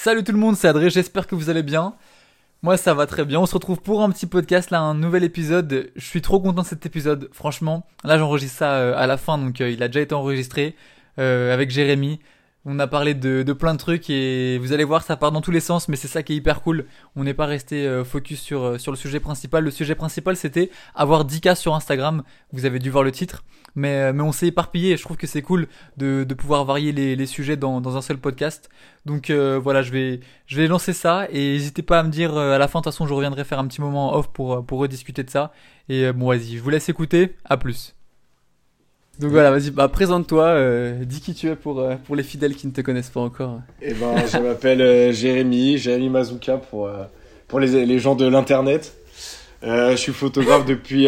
Salut tout le monde, c'est Adré, j'espère que vous allez bien. Moi ça va très bien, on se retrouve pour un petit podcast là, un nouvel épisode. Je suis trop content de cet épisode, franchement. Là j'enregistre ça à la fin, donc il a déjà été enregistré avec Jérémy. On a parlé de plein de trucs et vous allez voir, ça part dans tous les sens, mais c'est ça qui est hyper cool. On n'est pas resté focus sur le sujet principal. Le sujet principal c'était avoir 10K sur Instagram, vous avez dû voir le titre. Mais on s'est éparpillé et je trouve que c'est cool de pouvoir varier les sujets dans un seul podcast. Donc voilà, je vais lancer ça et n'hésitez pas à me dire à la fin, de toute façon je reviendrai faire un petit moment off pour rediscuter de ça. Et bon vas-y, je vous laisse écouter, à plus. Donc voilà, vas-y, présente-toi, dis qui tu es pour les fidèles qui ne te connaissent pas encore. Eh ben, je m'appelle Jérémy Mazouka pour les gens de l'internet. Je suis photographe depuis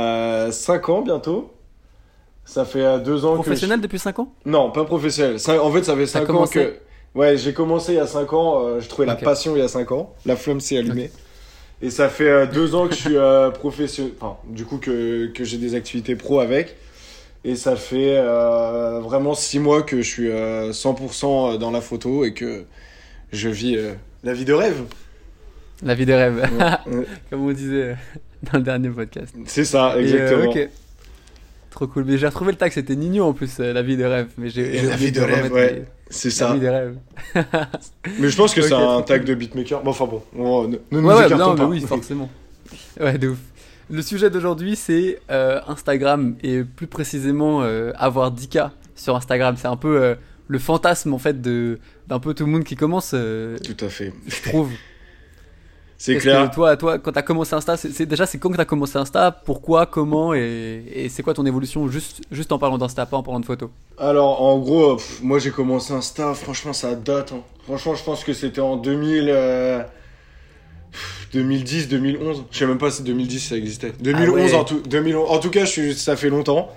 5 ans bientôt. Ça fait 2 ans Professionnel depuis 5 ans ? Non, pas professionnel. En fait, ça fait 5 ans que... Ouais, j'ai commencé il y a 5 ans. J'ai trouvé la passion il y a 5 ans. La flamme s'est allumée. Okay. Et ça fait 2 ans que je suis professionnel. Enfin, du coup, que j'ai des activités pro avec. Et ça fait vraiment 6 mois que je suis 100% dans la photo et que je vis la vie de rêve. La vie de rêve, ouais. Comme on disait dans le dernier podcast. C'est ça, exactement. Ok. Trop cool. Mais j'ai retrouvé le tag, c'était Nino en plus, la vie de rêve. Mais la vie de rêve, ouais. C'est ça. La vie de rêve. Mais je pense que c'est un tag de beatmaker. Bon, enfin bon, ne nous écartons pas. Oui, forcément. Ouais, de ouf. Le sujet d'aujourd'hui, c'est Instagram et plus précisément avoir 10K sur Instagram. C'est un peu le fantasme en fait d'un peu tout le monde qui commence. Tout à fait. Je trouve. C'est clair. Que toi, quand t'as commencé Insta, c'est quand que t'as commencé Insta, pourquoi, comment et c'est quoi ton évolution juste en parlant d'Insta, pas en parlant de photos. Alors en gros, moi j'ai commencé Insta, franchement ça date. Hein. Franchement, je pense que c'était en 2010, 2011. Je sais même pas si 2010 ça existait. 2011 en tout cas, ça fait longtemps.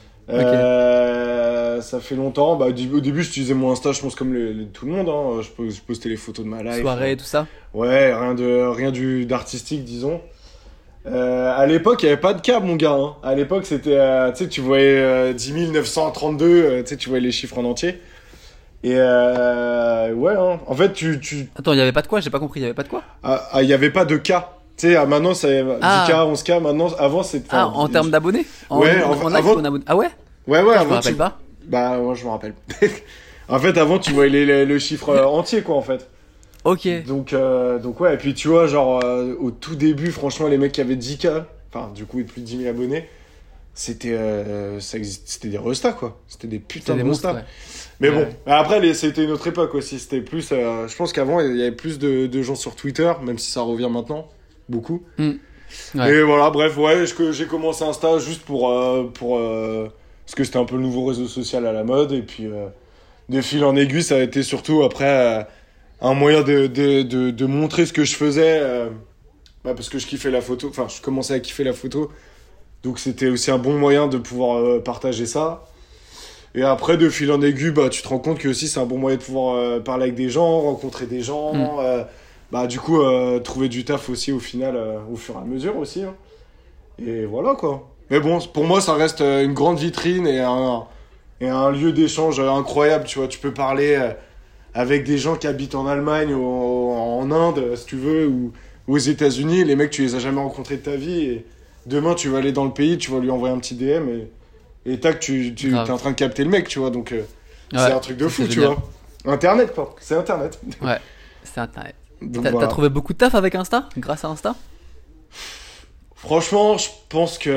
Ça fait longtemps. Bah, au début, j'utilisais mon Insta, je pense comme tout le monde. Hein. Je postais les photos de ma life. Soirée, tout ça. Ouais, rien d'artistique, disons. À l'époque, il n'y avait pas de câble, mon gars. Hein. À l'époque, c'était, tu voyais 10 932, tu voyais les chiffres en entier. Et ouais, hein. En fait, Attends, il n'y avait pas de quoi ? J'ai pas compris, il n'y avait pas de quoi ? Il n'y avait pas de K. Tu sais, maintenant, c'est 10K, 11K. Maintenant, avant, c'était... en termes d'abonnés ? Ouais, avant... Ah ouais ? Ouais, je avant, me rappelle pas. Bah, moi, je me rappelle. En fait, avant, tu voyais le chiffre entier, quoi, en fait. Ok. Donc ouais, et puis tu vois, genre, au tout début, franchement, les mecs qui avaient 10K, enfin, du coup, plus de 10 000 abonnés, c'était des restas, quoi. C'était des putains de restas. Ouais. Mais bon, après, c'était une autre époque aussi. C'était plus, je pense qu'avant, il y avait plus de gens sur Twitter, même si ça revient maintenant, beaucoup. Ouais. Et voilà, bref, ouais, j'ai commencé Insta juste pour parce que c'était un peu le nouveau réseau social à la mode, et puis de fil en aiguille, ça a été surtout après un moyen de montrer ce que je faisais, parce que je kiffais la photo, enfin, je commençais à kiffer la photo, donc c'était aussi un bon moyen de pouvoir partager ça. Et après, de fil en aiguille, bah, tu te rends compte que aussi c'est un bon moyen de pouvoir parler avec des gens, rencontrer des gens, du coup, trouver du taf aussi au final, au fur et à mesure aussi. Hein. Et voilà, quoi. Mais bon, pour moi, ça reste une grande vitrine et un lieu d'échange incroyable, tu vois. Tu peux parler avec des gens qui habitent en Allemagne ou en Inde, si tu veux, ou aux États-Unis. Les mecs, tu les as jamais rencontrés de ta vie. Et demain, tu vas aller dans le pays, tu vas lui envoyer un petit DM et tac, tu es en train de capter le mec, tu vois. Donc, c'est un truc de fou, tu vois. Internet, quoi. C'est Internet. Ouais, c'est Internet. T'as trouvé beaucoup de taf avec Insta, grâce à Insta ? Franchement, je pense que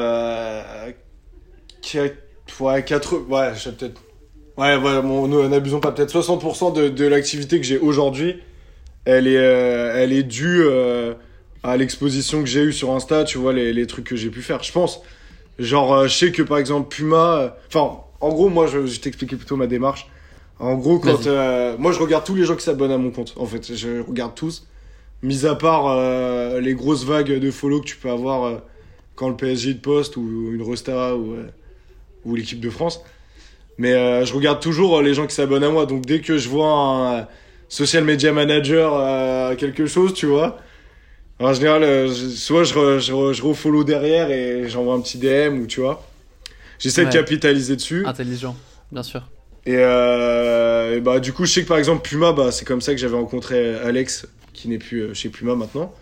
n'abusons pas, peut-être 60% de l'activité que j'ai aujourd'hui, elle est due à l'exposition que j'ai eue sur Insta, tu vois, les trucs que j'ai pu faire, je pense. Genre, je sais que par exemple Puma, en gros, moi, je t'expliquais plutôt ma démarche. En gros, moi, je regarde tous les gens qui s'abonnent à mon compte, en fait, je regarde tous. Mis à part les grosses vagues de follow que tu peux avoir quand le PSG te poste ou une Resta ou l'équipe de France. Mais je regarde toujours les gens qui s'abonnent à moi. Donc dès que je vois un social media manager quelque chose, tu vois, en général, soit je refollow derrière et j'envoie un petit DM ou tu vois. J'essaie de capitaliser dessus. Intelligent, bien sûr. Et bah, du coup, je sais que par exemple, Puma, bah, c'est comme ça que j'avais rencontré Alex, qui n'est plus chez Puma maintenant.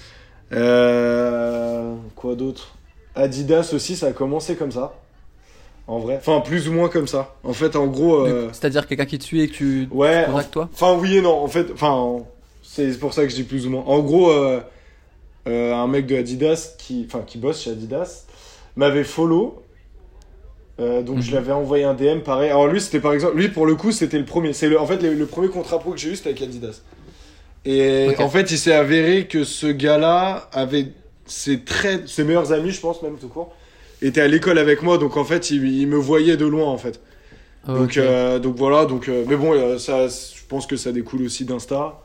Quoi d'autre? Adidas aussi, ça a commencé comme ça. En vrai. Enfin, plus ou moins comme ça. En fait, en gros. C'est-à-dire quelqu'un qui te suit et que tu contactes toi? Enfin, oui et non. En fait, c'est pour ça que je dis plus ou moins. En gros, un mec de Adidas qui bosse chez Adidas m'avait follow. Donc je l'avais envoyé un DM pareil. Alors lui, c'était par exemple. Lui, pour le coup, c'était le premier. En fait, le premier contrat pro que j'ai eu, c'était avec Adidas. Et en fait, il s'est avéré que ce gars-là avait ses meilleurs amis, je pense, même tout court, étaient à l'école avec moi. Donc en fait, il me voyait de loin, en fait. Okay. Donc voilà. Mais bon, ça, je pense que ça découle aussi d'Insta.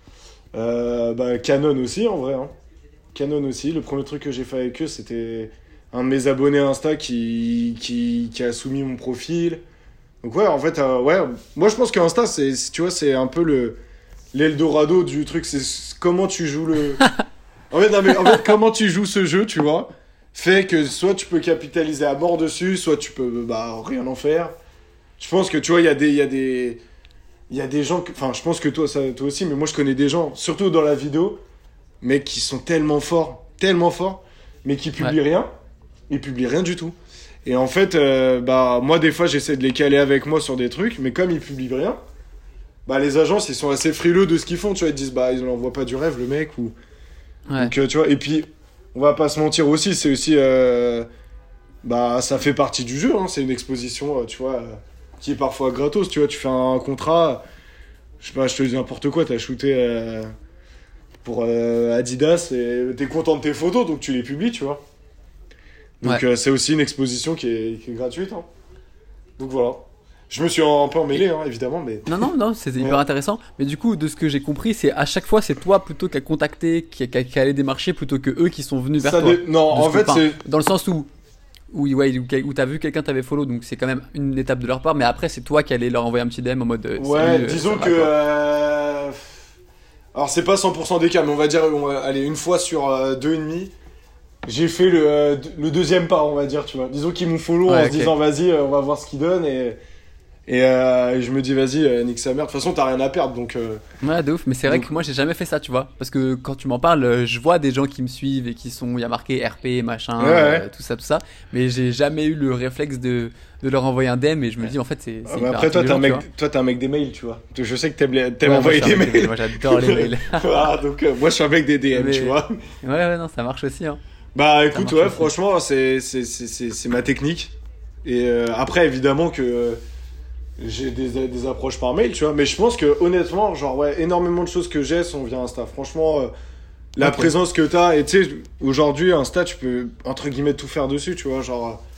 Canon aussi, en vrai. Hein. Canon aussi. Le premier truc que j'ai fait avec eux, c'était un de mes abonnés Insta qui a soumis mon profil. Donc ouais, en fait, moi je pense qu'Insta, c'est un peu l'Eldorado du truc. C'est comment tu joues le... en fait, comment tu joues ce jeu, tu vois, fait que soit tu peux capitaliser à mort dessus, soit tu peux rien en faire. Je pense que, tu vois, il y a des gens... Enfin, je pense que toi aussi, mais moi je connais des gens, surtout dans la vidéo, mais qui sont tellement forts, mais qui publient rien. Ils publient rien du tout. Et en fait, moi, des fois, j'essaie de les caler avec moi sur des trucs, mais comme ils publient rien, les agences, ils sont assez frileux de ce qu'ils font, tu vois. Ils disent, ils n'envoient pas du rêve, le mec, ou... Ouais. Donc, tu vois, et puis, on va pas se mentir aussi, c'est aussi... ça fait partie du jeu, hein. C'est une exposition, tu vois, qui est parfois gratos, tu vois. Tu fais un contrat, je sais pas, je te dis n'importe quoi, t'as shooté pour Adidas, et t'es content de tes photos, donc tu les publies, tu vois. Donc c'est aussi une exposition qui est gratuite. Hein. Donc voilà. Je me suis un peu emmêlé, hein, évidemment. Mais... Non, c'était hyper intéressant. Mais du coup, de ce que j'ai compris, c'est à chaque fois, c'est toi plutôt qu'à contacter, qui allait démarcher, plutôt que eux qui sont venus vers toi. Non, en fait, c'est... Dans le sens où t'as vu quelqu'un t'avait follow, donc c'est quand même une étape de leur part. Mais après, c'est toi qui allais leur envoyer un petit DM en mode... disons que... Alors, c'est pas 100% des cas, mais on va dire, allez, une fois sur 2,5... J'ai fait le deuxième pas, on va dire, tu vois. Disons qu'ils m'ont follow en se disant, vas-y, on va voir ce qu'ils donnent. Et je me dis, vas-y, nique sa mère. De toute façon, t'as rien à perdre, donc... Ouais, de ouf. Mais c'est vrai que moi, j'ai jamais fait ça, tu vois. Parce que quand tu m'en parles, je vois des gens qui me suivent et qui sont... Il y a marqué RP, machin, tout ça. Mais j'ai jamais eu le réflexe de leur envoyer un DM. Et je me dis, en fait, c'est après, toi, t'es un mec des mails, tu vois. Je sais que t'aimes envoyer des mails. Moi, j'adore les mails. Donc, moi, je suis un mec des DM, tu vois. Ouais, non, ça marche aussi, hein. Écoute, ouais, franchement, c'est ma technique. Et après, évidemment que j'ai des approches par mail, tu vois. Mais je pense que, honnêtement, énormément de choses que j'ai sont via Insta. Franchement, la présence que t'as, et tu sais, aujourd'hui, Insta, tu peux, entre guillemets, tout faire dessus, tu vois.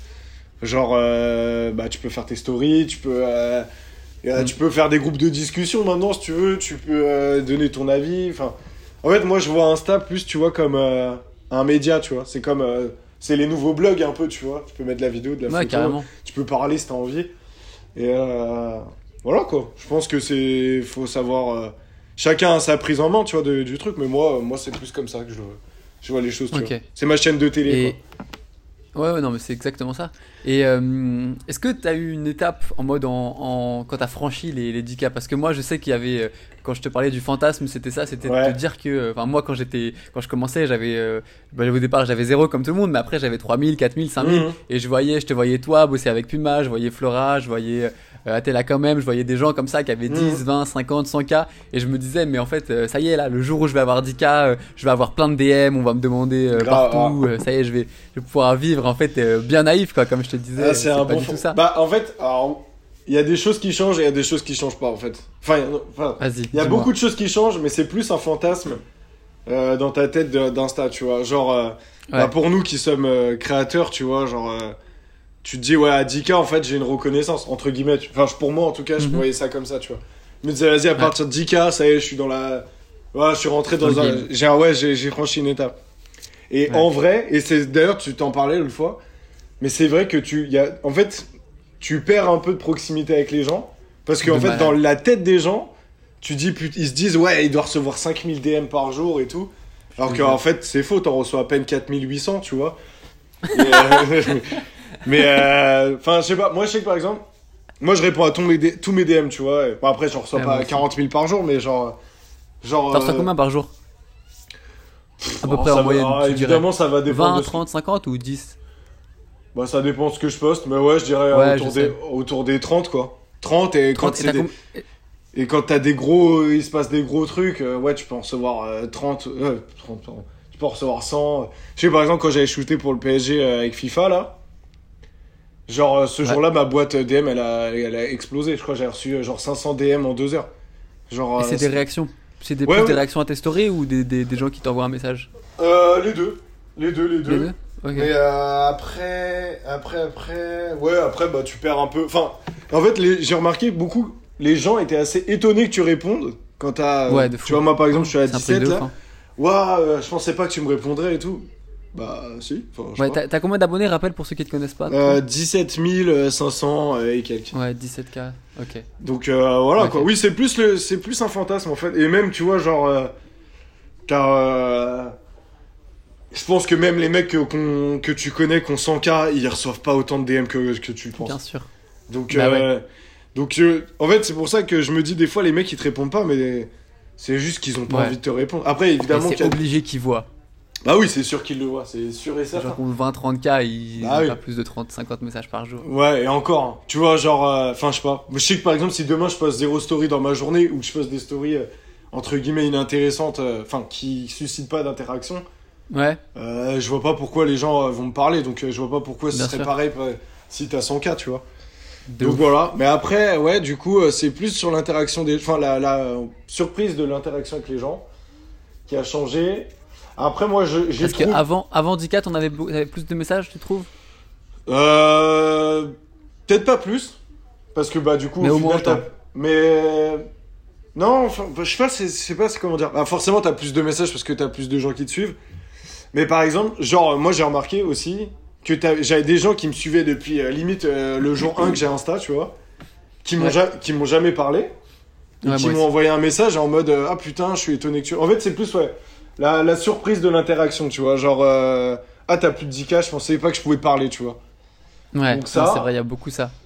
Tu peux faire tes stories, tu peux faire des groupes de discussion maintenant, si tu veux. Tu peux donner ton avis. Enfin, en fait, moi, je vois Insta plus, tu vois, comme... un média, tu vois, c'est comme c'est les nouveaux blogs un peu, tu vois, tu peux mettre de la vidéo, de la photo, carrément. Tu peux parler si t'as envie, et voilà quoi. Je pense que faut savoir, chacun a sa prise en main, tu vois, du truc, mais moi c'est plus comme ça que je vois les choses, tu vois. C'est ma chaîne de télé, quoi. Ouais, non, mais c'est exactement ça. Et est-ce que tu as eu une étape en mode quand tu as franchi les 10K? Parce que moi, je sais qu'il y avait, quand je te parlais du fantasme, c'était de te dire que, moi, quand je commençais, au départ, j'avais 0 comme tout le monde, mais après, j'avais 3000, 4000, 5000. Et je te voyais toi bosser avec Puma, je voyais Flora, je voyais Atella quand même, je voyais des gens comme ça qui avaient 10, 20, 50, 100K. Et je me disais, mais en fait, ça y est, là, le jour où je vais avoir 10K, je vais avoir plein de DM, on va me demander partout, ça y est, je vais pouvoir vivre, en fait, bien naïf, quoi, comme je te disais. C'est un bon tout ça. En fait, il y a des choses qui changent et il y a des choses qui changent pas, en fait. Il y a beaucoup de choses qui changent, mais c'est plus un fantasme dans ta tête d'Insta, tu vois. Genre, pour nous qui sommes créateurs, tu vois, tu te dis, à 10K, en fait, j'ai une reconnaissance, entre guillemets. Pour moi, en tout cas, je voyais ça comme ça, tu vois. Je me disais, vas-y, à partir de 10K, ça y est, je suis dans la... je suis rentré dans j'ai franchi une étape. Et en vrai, et c'est d'ailleurs, tu t'en parlais l'autre fois, mais c'est vrai que en fait, tu perds un peu de proximité avec les gens, parce qu'en fait, dans la tête des gens, ils se disent, il doit recevoir 5000 DM par jour et tout. Alors qu'en fait, c'est faux, t'en reçois à peine 4800, tu vois. Mais je sais pas, moi je sais que par exemple, Moi, je réponds à tous mes DM, tu vois. Bon, après, j'en reçois pas 40 000 par jour, mais genre. T'en reçois combien par jour? À peu près en moyenne. Évidemment, ça va dépendre. 20, 30, 50 ou 10? Bah, ça dépend de ce que je poste, mais ouais, je dirais autour des 30, quoi. 30 et quand c'est et quand t'as des gros. Il se passe des gros trucs, ouais, tu peux en recevoir 30. 30, pardon. Tu peux en recevoir 100. Je sais, par exemple, quand j'avais shooté pour le PSG avec FIFA, là. Genre, ce jour-là, ma boîte DM, elle a explosé. Je crois que j'ai reçu genre 500 DM en 2 heures. Genre, et c'est des réactions? C'est des réactions à tes stories ou des gens qui t'envoient un message? Les deux. Les deux. Okay. Mais après, bah, tu perds un peu. Enfin, en fait, j'ai remarqué beaucoup, les gens étaient assez étonnés que tu répondes quand t'as. Ouais, de fou. Tu vois, moi, par exemple, je suis à 17 là. Waouh, je pensais pas que tu me répondrais et tout. Bah, si. Ouais, t'as combien d'abonnés, rappelle, pour ceux qui te connaissent pas? 17 500 et quelques. Ouais, 17K, ok. Donc, voilà, okay. Quoi. Oui, c'est plus un fantasme, en fait. Et même, tu vois, genre, je pense que même les mecs que tu connais, qui ont 100K, ils reçoivent pas autant de DM que tu le penses. Bien sûr. Donc, en fait, c'est pour ça que je me dis, des fois, les mecs, ils te répondent pas, mais c'est juste qu'ils ont pas envie de te répondre. Après, évidemment... c'est obligé qu'ils voient. Bah oui, c'est sûr qu'ils le voient, c'est sûr et certain. Genre qu'on 20-30K, ils ont pas plus de 30-50 messages par jour. Ouais, et encore, hein. Tu vois, genre, enfin, je sais pas. Je sais que par exemple, si demain je poste 0 story dans ma journée, ou que je poste des stories, entre guillemets, inintéressantes, enfin, qui suscitent pas d'interaction, ouais. Je vois pas pourquoi les gens vont me parler, donc je vois pas pourquoi ce serait pareil si t'as 100K, tu vois. Donc voilà, mais après, ouais, du coup, c'est plus sur l'interaction des... Enfin, la surprise de l'interaction avec les gens qui a changé. Après, moi, j'ai trouvé... qu'avant 10K, on avait plus de messages, tu trouves? Peut-être pas plus. Parce que, bah, du coup, mais au moins, mais... Non, enfin, je sais pas comment dire. Bah, forcément, t'as plus de messages parce que t'as plus de gens qui te suivent. Mais par exemple, genre, moi, j'ai remarqué aussi que j'avais des gens qui me suivaient depuis, limite, le jour 1 que j'ai Insta, tu vois, qui m'ont jamais parlé. Et qui m'ont envoyé un message en mode, ah putain, je suis étonné que tu... En fait, c'est plus, ouais... La surprise de l'interaction, tu vois, genre ah t'as plus de 10K, je pensais pas que je pouvais te parler, tu vois. Ouais, donc ça, c'est vrai, il y a beaucoup ça.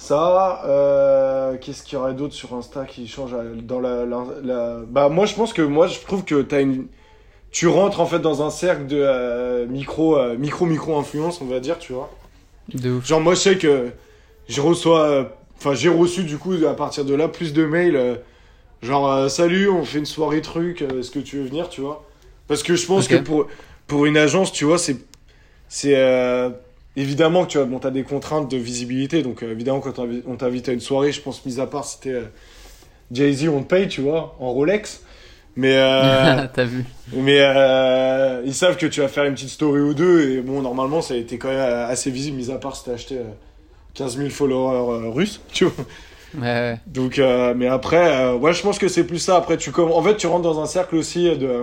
Ça, qu'est-ce qu'il y aurait d'autre sur Insta qui change dans Bah moi je trouve que tu rentres en fait dans un cercle de micro influence, on va dire, tu vois. De ouf. Genre moi je sais que j'ai reçu du coup à partir de là plus de mails genre salut, on fait une soirée truc, est-ce que tu veux venir, tu vois. Parce que je pense que pour une agence, tu vois, c'est évidemment que tu vois, bon, t'as des contraintes de visibilité, donc évidemment quand on t'invite à une soirée, je pense mis à part si t'es Jay-Z, on te paye, tu vois, en Rolex. Mais t'as vu. Mais ils savent que tu vas faire une petite story ou deux et bon normalement ça a été quand même assez visible, mis à part si t'as acheté 15 000 followers russes, tu vois. Ouais. Donc mais après ouais, je pense que c'est plus ça. Après en fait tu rentres dans un cercle aussi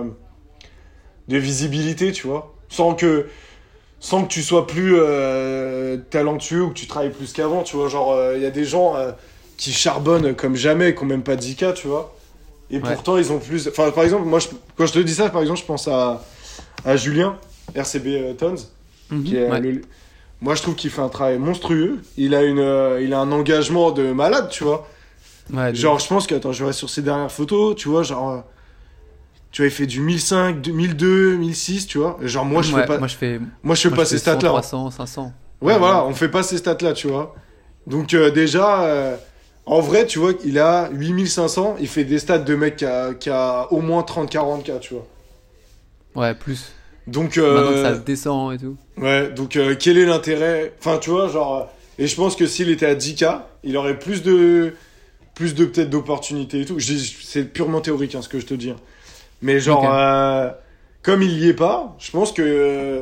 de visibilité, tu vois, sans que tu sois plus talentueux ou que tu travailles plus qu'avant, tu vois. Genre il y a des gens qui charbonnent comme jamais, qui ont même pas 10K, tu vois. Et pourtant ils ont plus... Enfin par exemple, moi quand je te dis ça, par exemple, je pense à Julien RCB Tons, qui est moi je trouve qu'il fait un travail monstrueux. Il a un engagement de malade, tu vois. Ouais, genre je pense que, attends, je vais sur ses dernières photos, tu vois, genre tu vois, il fait du 1005, 1002, 1006, tu vois. Genre moi je fais pas ces stats là. 300, 500. Ouais, voilà, on fait pas ces stats là, tu vois. Donc déjà en vrai, tu vois, il a 8500, il fait des stats de mec qui a au moins 30-40K, tu vois. Ouais, plus. Donc maintenant que ça descend et tout. Ouais, donc quel est l'intérêt? Enfin, tu vois, genre et je pense que s'il était à 10K, il aurait plus de peut-être d'opportunités et tout. C'est purement théorique, hein, ce que je te dis. Mais genre comme il y est pas, je pense que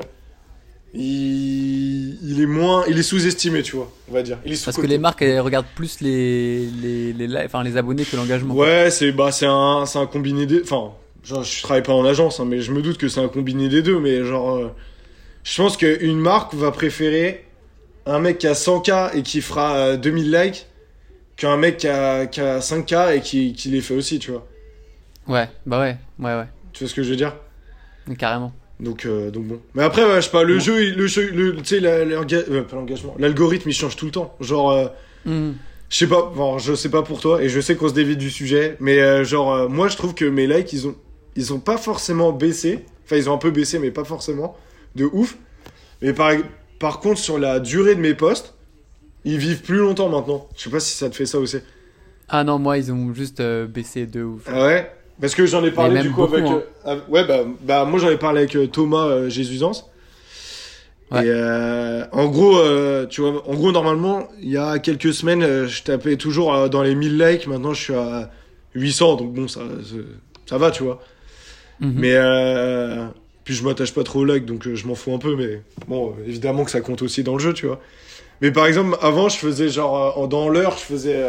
il est sous-estimé, tu vois, on va dire. Parce que les marques elles regardent plus les abonnés que l'engagement. Ouais, c'est un combiné des... Enfin, genre, je travaille pas en agence, hein, mais je me doute que c'est un combiné des deux. Mais genre, je pense qu'une marque va préférer un mec qui a 100K et qui fera 2000 likes qu'un mec qui a 5K et qui les fait aussi, tu vois. Ouais, bah ouais. Tu vois ce que je veux dire? Carrément. Donc bon. Mais après, ouais, je sais pas, le jeu, tu sais, pas l'engagement. L'algorithme, il change tout le temps. Genre, je Je sais pas, bon, je sais pas pour toi, et je sais qu'on se dévie du sujet, mais moi je trouve que mes likes, ils ont pas forcément baissé. Enfin, ils ont un peu baissé, mais pas forcément. De ouf. Mais par contre, sur la durée de mes posts, ils vivent plus longtemps maintenant. Je sais pas si ça te fait ça aussi. Ah non, moi, ils ont juste baissé de ouf. Ah ouais? Parce que j'en ai parlé du coup beaucoup, avec. Ouais, bah, moi j'en ai parlé avec Thomas Jésusance. Ouais. Et en gros, tu vois, en gros, normalement, il y a quelques semaines, je tapais toujours dans les 1000 likes. Maintenant, je suis à 800, donc bon, ça va, tu vois. Mhm. Mais puis je m'attache pas trop aux likes, donc je m'en fous un peu. Mais bon, évidemment que ça compte aussi dans le jeu, tu vois. Mais par exemple, avant, je faisais genre, dans l'heure, je faisais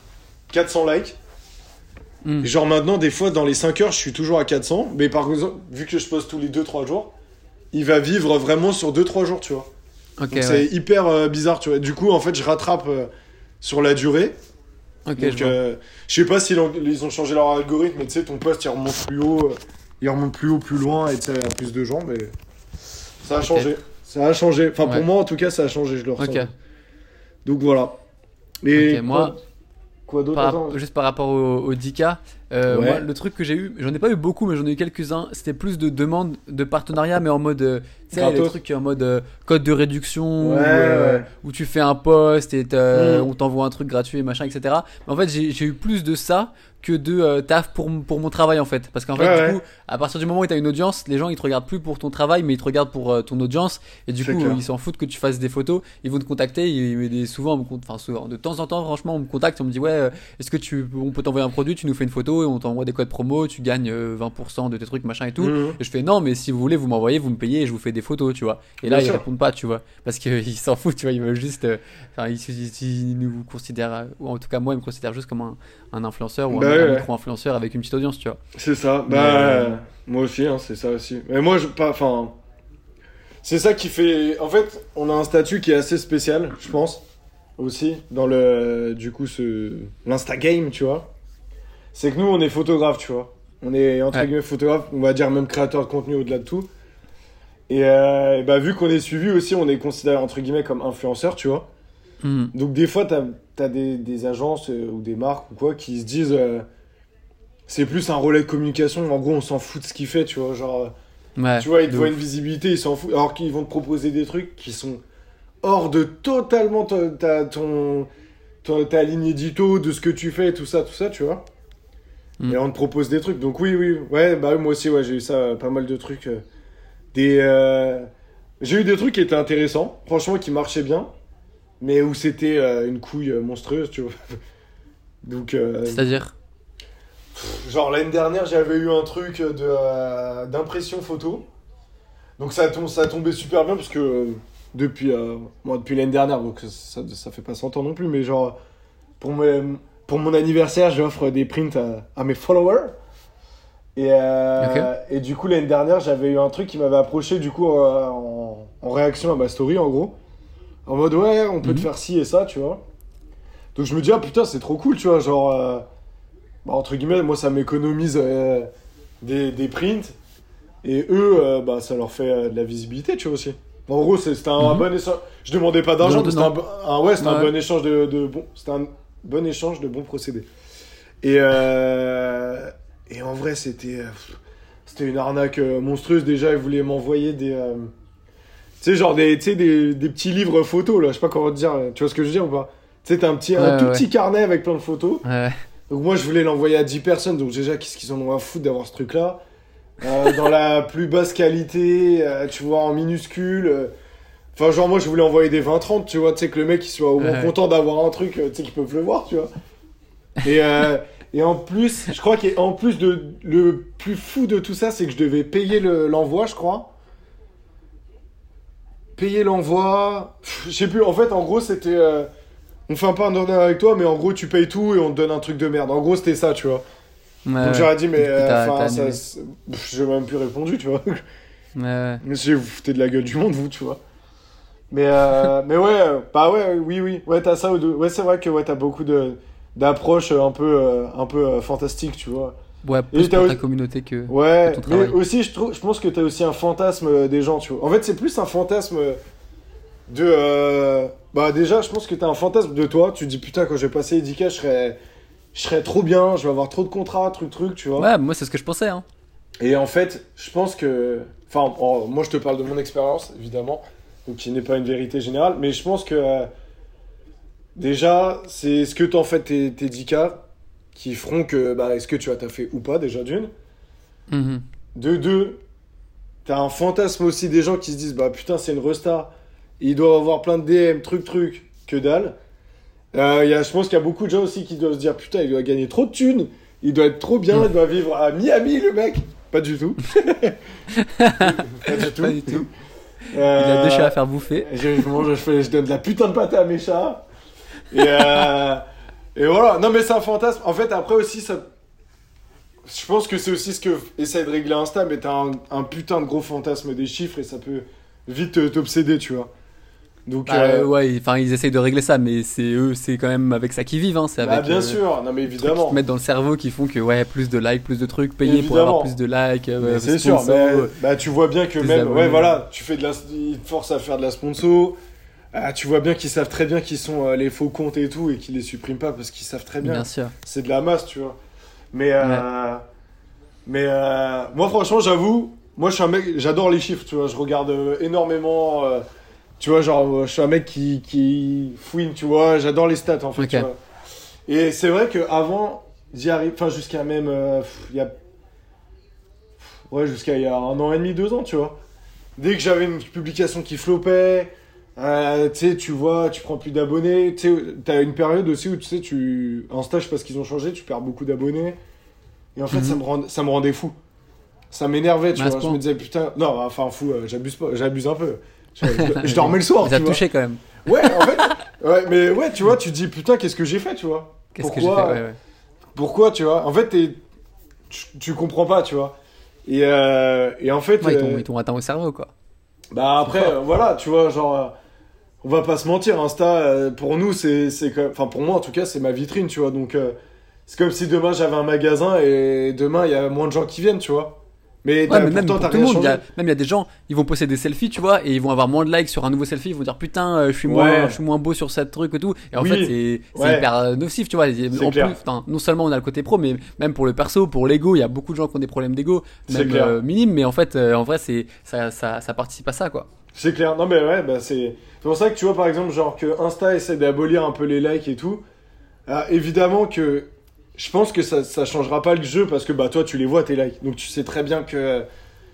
400 likes. Et genre maintenant, des fois, dans les 5 heures, je suis toujours à 400. Mais par exemple, vu que je poste tous les 2-3 jours, il va vivre vraiment sur 2-3 jours, tu vois. Ok, donc c'est hyper bizarre, tu vois. Du coup, en fait, je rattrape sur la durée. Ok, donc je sais pas s'ils ils ont changé leur algorithme, mais tu sais, ton post, il remonte plus haut, il remonte plus haut, plus loin, et tu sais, il y a plus de gens, mais ça a changé. Ça a changé. Enfin, pour moi, en tout cas, ça a changé, je le ressens. Donc voilà. Et moi... Quoi d'autre juste par rapport au 10K, moi, le truc que j'ai eu, j'en ai pas eu beaucoup, mais j'en ai eu quelques-uns. C'était plus de demandes de partenariat, mais en mode, tu sais, les trucs en mode code de réduction, où tu fais un post et on t'envoie un truc gratuit, machin, etc. Mais en fait, j'ai eu plus de ça que de taf pour mon travail, en fait. Parce qu'en fait, du coup, à partir du moment où tu as une audience, les gens ils te regardent plus pour ton travail, mais ils te regardent pour ton audience. Et du coup, ils s'en foutent que tu fasses des photos. Ils vont te contacter. Souvent, de temps en temps, franchement, on me contacte. On me dit, ouais, est-ce que on peut t'envoyer un produit, tu nous fais une photo et on t'envoie des codes promo, tu gagnes 20% de tes trucs, machin et tout. Et je fais, non, mais si vous voulez, vous m'envoyez, vous me payez et je vous fais des photos, tu vois. Et là, ils répondent pas, tu vois. Parce qu'ils s'en foutent, tu vois. Ils veulent juste. Ils nous considèrent, ou en tout cas, moi, ils me considèrent juste comme un influenceur ou un micro-influenceur avec une petite audience, tu vois. C'est ça. Moi aussi, hein, c'est ça aussi. Mais moi, c'est ça qui fait. En fait, on a un statut qui est assez spécial, je pense, aussi, dans l'Instagame, tu vois. C'est que nous, on est photographe, tu vois. On est, entre guillemets, photographe, on va dire même créateur de contenu au-delà de tout. Et vu qu'on est suivi aussi, on est considéré, entre guillemets, comme influenceur, tu vois. Donc des fois, t'as des agences ou des marques ou quoi qui se disent c'est plus un relais de communication. En gros, on s'en fout de ce qu'il fait, tu vois. Genre, tu vois, ils te voient une visibilité, ils s'en foutent. Alors qu'ils vont te proposer des trucs qui sont hors de totalement ta ligne édito, de ce que tu fais, tout ça, tu vois. Et on te propose des trucs. Donc oui. Ouais, moi aussi, j'ai eu ça, pas mal de trucs. J'ai eu des trucs qui étaient intéressants, franchement, qui marchaient bien. Mais où c'était une couille monstrueuse, tu vois. Donc, c'est-à-dire genre l'année dernière, j'avais eu un truc d'impression photo. Donc ça tombait super bien parce que depuis l'année dernière, donc ça fait pas 100 ans non plus, mais genre pour mon anniversaire, j'offre des prints à mes followers. Et du coup, l'année dernière, j'avais eu un truc qui m'avait approché du coup en réaction à ma story, en gros. En mode, ouais, on peut te faire ci et ça, tu vois. Donc je me dis, ah putain, c'est trop cool, tu vois. Genre, entre guillemets, moi, ça m'économise des prints. Et eux, ça leur fait de la visibilité, tu vois, aussi. En gros, c'était un bon échange. Je demandais pas d'argent, mais c'était un bon échange c'était un bon échange de bons procédés. Et en vrai, c'était une arnaque monstrueuse. Déjà, ils voulaient m'envoyer des... tu sais, genre des petits livres photos, là, je sais pas comment te dire, tu vois ce que je veux dire ou pas? Tu sais, t'as un tout petit carnet avec plein de photos. Donc moi, je voulais l'envoyer à 10 personnes, donc déjà, qu'est-ce qu'ils en ont à foutre d'avoir ce truc-là? Dans la plus basse qualité, tu vois, en minuscule. Enfin, genre, moi, je voulais envoyer des 20-30, tu vois, tu sais, que le mec, il soit au moins content d'avoir un truc, tu sais, qu'ils peuvent le voir, tu vois. Et en plus, je crois qu'en plus le plus fou de tout ça, c'est que je devais payer l'envoi, je crois. Payer l'envoi, je sais plus, en fait, en gros, c'était on fait un partenariat avec toi, mais en gros, tu payes tout et on te donne un truc de merde. En gros, c'était ça, tu vois. Donc j'aurais dit, mais j'ai même plus répondu, tu vois. Monsieur, vous foutez de la gueule du monde, vous, tu vois. Mais ouais, oui. Ouais, t'as ça. Ouais, c'est vrai que t'as beaucoup d'approches un peu fantastiques, tu vois. Ouais, plus pour ta communauté que ton travail. Mais aussi, je pense que t'as aussi un fantasme des gens, tu vois. En fait, c'est plus un fantasme Bah déjà, je pense que t'as un fantasme de toi. Tu te dis, putain, quand je vais passer 10K, je serais trop bien, je vais avoir trop de contrats, truc, tu vois. Ouais, moi, c'est ce que je pensais, hein. Et en fait, je pense que... Enfin, moi, je te parle de mon expérience, évidemment, donc qui n'est pas une vérité générale, mais je pense que... déjà, c'est ce que t'en fais tes 10K qui feront que, bah, est-ce que tu as taffé ou pas, déjà d'une. De deux, t'as un fantasme aussi des gens qui se disent, bah putain, c'est une resta, ils doivent avoir plein de DM, truc, que dalle. Je pense qu'il y a beaucoup de gens aussi qui doivent se dire, putain, il doit gagner trop de thunes, il doit être trop bien, il doit vivre à Miami, le mec. Pas du tout. Pas du tout. Pas du tout. Il a 2 chats à faire bouffer. Je donne de la putain de pâté à mes chats. Et voilà. Non, mais c'est un fantasme. En fait, après aussi, ça... Je pense que c'est aussi ce que essaie de régler Insta, mais t'as un putain de gros fantasme des chiffres et ça peut vite t'obséder, tu vois. Donc, ouais, enfin, ils essayent de régler ça, mais c'est quand même avec ça qu'ils vivent, hein. C'est avec, bien sûr, non mais évidemment. Qui te mettent dans le cerveau qui font que, ouais, plus de likes, plus de trucs, payer pour avoir plus de likes. C'est sûr, mais tu vois bien que même, abonnés. Ouais, voilà, ils te forcent à faire de la sponsor. Tu vois bien qu'ils savent très bien qui sont les faux comptes et tout, et qu'ils les suppriment pas parce qu'ils savent très bien. Bien sûr. C'est de la masse, tu vois. Mais moi, franchement, j'avoue, moi, je suis un mec, j'adore les chiffres, tu vois. Je regarde énormément. Tu vois, genre, je suis un mec qui fouine, tu vois. J'adore les stats, en fait. Okay. Tu vois. Et c'est vrai qu'avant, j'y arrive, enfin, jusqu'à même, jusqu'à il y a 1 an et demi, 2 ans, tu vois. Dès que j'avais une publication qui flopait, tu sais, tu vois, tu prends plus d'abonnés. Tu sais, t'as une période aussi où, tu sais, Insta, je sais pas ce qu'ils ont changé, tu perds beaucoup d'abonnés. Et en fait, ça me rendait fou. Ça m'énervait, tu vois. Je me disais, putain, non, enfin, fou, j'abuse un peu. Je dormais le soir, tu vois. Ça touché quand même. Ouais, en fait, mais ouais, tu vois, tu te dis, putain, qu'est-ce que j'ai fait, tu vois. Qu'est-ce que j'ai fait, ouais. Pourquoi, tu vois. En fait, tu comprends pas, tu vois. Et en fait... ils t'ont atteint au cerveau, quoi. Bah après, voilà, tu vois, genre... on va pas se mentir, Insta, pour nous, c'est enfin, pour moi, en tout cas, c'est ma vitrine, tu vois. Donc, c'est comme si demain, j'avais un magasin et demain, il y a moins de gens qui viennent, tu vois. Mais même pour tout le monde, il y a des gens, ils vont poster des selfies, tu vois, et ils vont avoir moins de likes sur un nouveau selfie, ils vont dire putain, je suis moins beau sur cette truc et tout. Et en fait, c'est hyper nocif, tu vois. En plus, non seulement on a le côté pro, mais même pour le perso, pour l'ego, il y a beaucoup de gens qui ont des problèmes d'ego, même minimes, mais en fait, en vrai, ça participe à ça, quoi. C'est clair. Non, mais ouais, bah c'est pour ça que tu vois, par exemple, genre que Insta essaie d'abolir un peu les likes et tout. Évidemment que je pense que ça changera pas le jeu parce que bah toi tu les vois tes likes, donc tu sais très bien que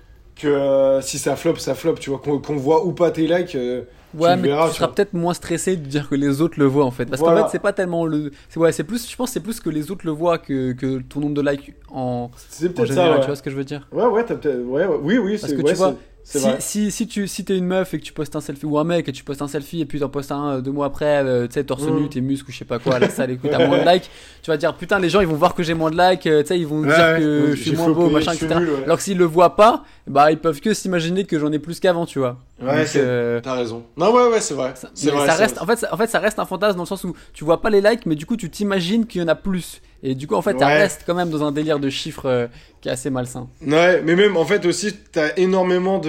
si ça flop, tu vois, qu'on voit ou pas tes likes. Ouais, mais tu seras peut-être moins stressé de dire que les autres le voient en fait, parce qu'en fait c'est pas tellement c'est plus, je pense c'est plus que les autres le voient que ton nombre de likes c'est peut-être général, ça, tu vois ce que je veux dire. Ouais, t'as peut-être oui, parce que tu vois. Si t'es une meuf et que tu postes un selfie, ou un mec et tu postes un selfie et puis t'en postes un 2 mois après, tu sais, torse nu, tes muscles ou je sais pas quoi, à la salle et que t'as moins de likes, tu vas dire putain, les gens ils vont voir que j'ai moins de likes, tu sais, ils vont dire que je suis moins beau, machin, etc. Alors que s'ils le voient pas, bah ils peuvent que s'imaginer que j'en ai plus qu'avant, tu vois. Ouais, donc, t'as raison. Non, ouais, c'est vrai. En fait, ça reste un fantasme dans le sens où tu vois pas les likes, mais du coup tu t'imagines qu'il y en a plus. Et du coup, en fait, ça reste quand même dans un délire de chiffres qui est assez malsain. Ouais, mais même en fait aussi, t'as énormément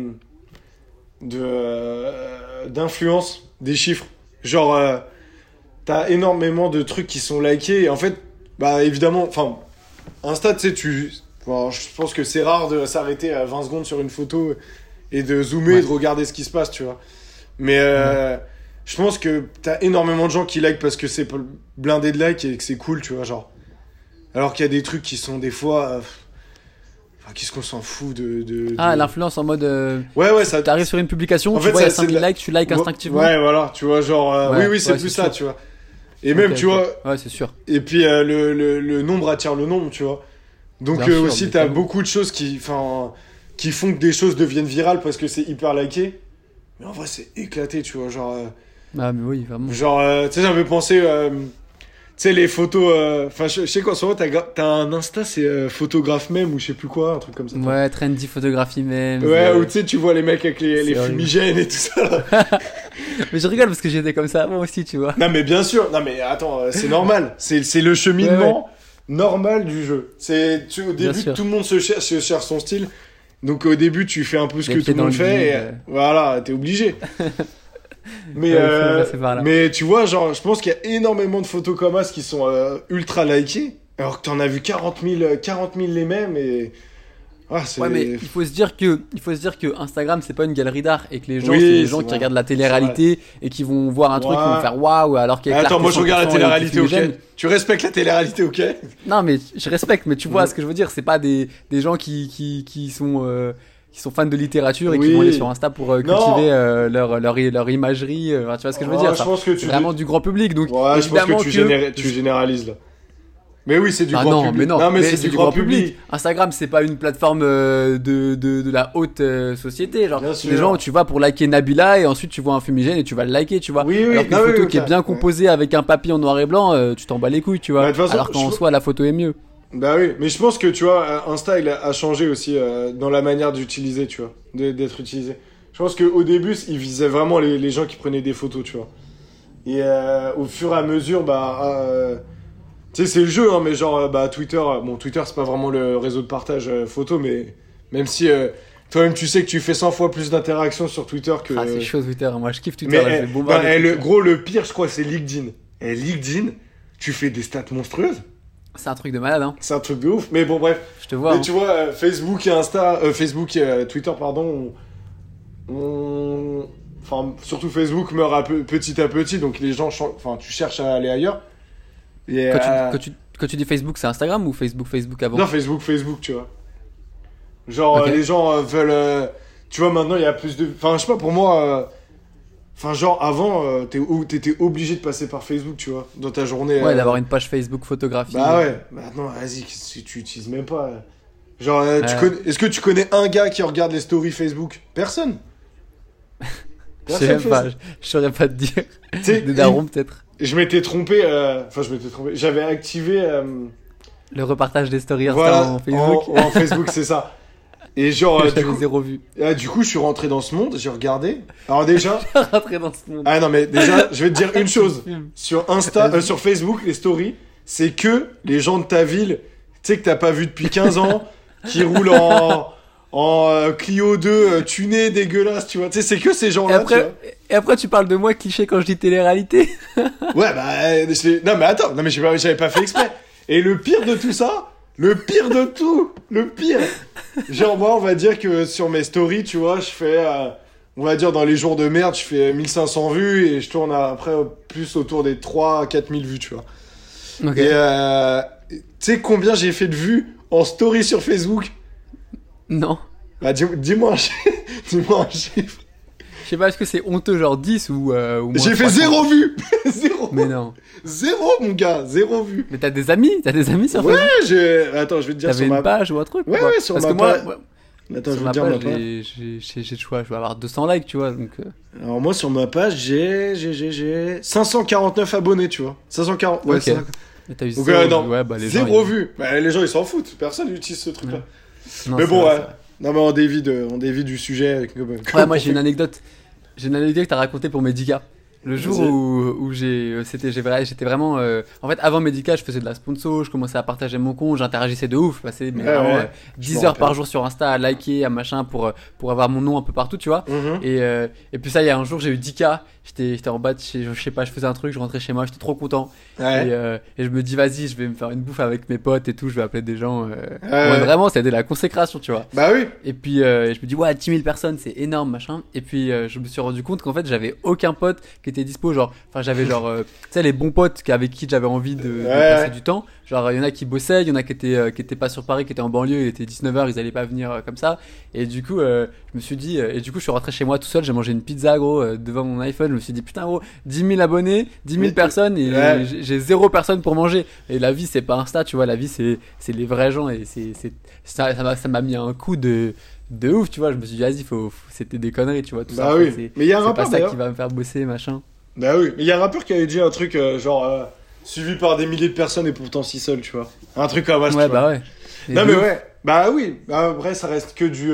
d'influence des chiffres. Genre, t'as énormément de trucs qui sont likés. Et en fait, bah évidemment, enfin, Insta, tu sais, je pense que c'est rare de s'arrêter à 20 secondes sur une photo et de zoomer et de regarder ce qui se passe, tu vois. Mais je pense que t'as énormément de gens qui like parce que c'est blindé de likes et que c'est cool, tu vois, genre. Alors qu'il y a des trucs qui sont des fois... qu'est-ce qu'on s'en fout de... l'influence en mode... Ouais, ça... T'arrives sur une publication, tu vois, il y a 5000 likes, tu likes instinctivement. Ouais, voilà, tu vois, genre... oui, c'est plus ça, sûr. Tu vois. Et même, tu vois... Ouais, c'est sûr. Et puis, le nombre attire le nombre, tu vois. Donc, aussi, t'as beaucoup de choses qui font que des choses deviennent virales parce que c'est hyper liké. Mais en vrai, c'est éclaté, tu vois, genre... Ah, mais oui, vraiment. Genre, tu sais, j'avais pensé... tu sais, les photos... Enfin, je sais qu'en ce moment, t'as un Insta, c'est photographe même ou je sais plus quoi, un truc comme ça. Ouais, trendy photographie même. Ouais, ou tu sais, tu vois les mecs avec les fumigènes et tout ça, là. Mais je rigole parce que j'étais comme ça, moi aussi, tu vois. Non, mais bien sûr. Non, mais attends, c'est normal. C'est le cheminement normal du jeu. Au début, tout le monde se cherche son style. Donc, au début, tu fais un peu ce que tout le monde fait. Et, voilà, t'es obligé. Mais, mais tu vois, genre, je pense qu'il y a énormément de photos comme ça qui sont ultra likées, alors que t'en as vu 40 000 les mêmes et... Ah, ouais, mais il faut se dire que Instagram c'est pas une galerie d'art et que les gens c'est des gens qui regardent la télé-réalité et qui vont voir un truc qui vont faire waouh alors qu'il y a attends, moi je regarde la télé-réalité, ok. Tu respectes la télé-réalité, ok. Non mais je respecte, mais tu vois ce que je veux dire, c'est pas des gens qui sont fans de littérature et qui vont aller sur Insta pour cultiver leur imagerie, tu vois ce que je veux dire, je pense que c'est vraiment du grand public, donc ouais, je pense que tu généralises là. Mais oui, c'est du grand public. Non, mais c'est du grand public. Instagram, c'est pas une plateforme de la haute société. Genre, les gens, tu vas pour liker Nabila et ensuite tu vois un fumigène et tu vas le liker, tu vois. Oui, alors qu'une photo qui est bien composée avec un papier en noir et blanc, tu t'en bats les couilles, tu vois. Façon, alors qu'en soi, la photo est mieux. Bah oui, mais je pense que tu vois, Insta il a changé aussi dans la manière d'utiliser, tu vois, d'être utilisé. Je pense qu'au début, il visait vraiment les gens qui prenaient des photos, tu vois. Et au fur et à mesure, tu sais, c'est le jeu, hein, mais genre, Twitter, Twitter, c'est pas vraiment le réseau de partage photo, mais même si toi-même, tu sais que tu fais 100 fois plus d'interactions sur Twitter que... Ah, c'est chaud, Twitter. Moi, je kiffe Twitter. Mais, le pire, je crois, c'est LinkedIn. Et LinkedIn, tu fais des stats monstrueuses. C'est un truc de malade, hein. C'est un truc de ouf. Mais bon, bref. Je te vois. Mais tu vois, Facebook et Twitter, pardon, enfin, surtout Facebook meurt petit à petit, donc les gens tu cherches à aller ailleurs. Et quand tu dis Facebook, c'est Instagram ou Facebook avant? Non, Facebook, tu vois. Genre, les gens veulent... tu vois, maintenant, il y a plus de... Enfin, je sais pas, pour moi... Enfin, genre, avant, t'étais obligé de passer par Facebook, tu vois, dans ta journée. Ouais, d'avoir une page Facebook photographie. Bah ouais, maintenant, vas-y, si tu utilises même pas... Genre, est-ce que tu connais un gars qui regarde les stories Facebook? Personne. Je saurais pas te dire. Des darons, peut-être. Je m'étais trompé, j'avais activé... le repartage des stories en Facebook. En Facebook, c'est ça. Et genre, j'avais zéro vue. Du coup, je suis rentré dans ce monde, j'ai regardé. Alors déjà... Je suis rentré dans ce monde. Ah non, mais déjà, je vais te dire une chose. Sur sur Facebook, les stories, c'est que les gens de ta ville, tu sais, que t'as pas vu depuis 15 ans, qui roulent en Clio 2 tuné dégueulasse, tu vois. Tu sais, c'est que ces gens-là, et après, tu parles de moi cliché quand je dis télé-réalité. Ouais, non, mais attends. Non, mais j'avais pas fait exprès. Et le pire de tout ça, le pire. Genre, moi, on va dire que sur mes stories, tu vois, je fais, on va dire dans les jours de merde, je fais 1500 vues et je tourne après plus autour des 3-4 000 vues, tu vois. Okay. Et tu sais combien j'ai fait de vues en story sur Facebook? Non. Bah, dis-moi un chiffre. Je sais pas, est-ce que c'est honteux, genre 10 ou moins? J'ai fait 0 vues. 0. Mais non. 0, mon gars, 0 vues. Mais t'as des amis sur Facebook? Ouais, attends, je vais te dire sur ma page ou un truc? Ouais, sur ma page. Attends, je vais te dire ma page. J'ai le choix, je vais avoir 200 likes, tu vois, donc... Alors moi, sur ma page, j'ai 549 abonnés, tu vois. 540, ouais, okay. Mais t'as eu donc, 0 vues. Bah, les gens, ils s'en foutent. Personne n'utilise ce truc-là. Non, mais bon, ouais. Non, mais on dévie du sujet. Ouais, moi, j'ai une anecdote. J'ai une anecdote à raconter pour Medica. Le jour où j'étais vraiment... En fait, avant Medica, je faisais de la sponsor, je commençais à partager mon compte, j'interagissais de ouf. Je passais vraiment 10 heures par jour sur Insta à liker, à machin, pour avoir mon nom un peu partout, tu vois. Mm-hmm. Et puis ça, il y a un jour, j'ai eu 10K. J'étais en bas, je sais pas, je faisais un truc, je rentrais chez moi, j'étais trop content. Ouais. Et je me dis, vas-y, je vais me faire une bouffe avec mes potes et tout, je vais appeler des gens. Vraiment, c'était la consécration, tu vois. Bah oui. Et puis, je me dis, ouais, 10 000 personnes, c'est énorme, machin. Et puis, je me suis rendu compte qu'en fait, j'avais aucun pote qui était dispo, j'avais tu sais, les bons potes avec qui j'avais envie de passer du temps. Genre, il y en a qui bossaient, il y en a qui étaient pas sur Paris, qui étaient en banlieue, il était 19h, ils allaient pas venir comme ça. Et du coup, je me suis dit, je suis rentré chez moi tout seul, j'ai mangé une pizza, gros, devant mon iPhone. Je me suis dit, putain, gros, 10 000 abonnés, 10 000 personnes, et j'ai 0 personne pour manger. Et la vie, c'est pas Insta, tu vois, la vie, c'est les vrais gens, et ça m'a mis un coup de ouf, tu vois. Je me suis dit, vas-y, c'était des conneries, tu vois, tout ça. Oui. Mais il y a un rappeur, c'est pas ça qui va me faire bosser, machin. Bah oui, mais il y a un rappeur qui avait dit un truc suivi par des milliers de personnes et pourtant si seul, tu vois. Un truc comme ça. Ouais, bah ouais. Non, mais ouais. Bah oui. Après, ça reste que du.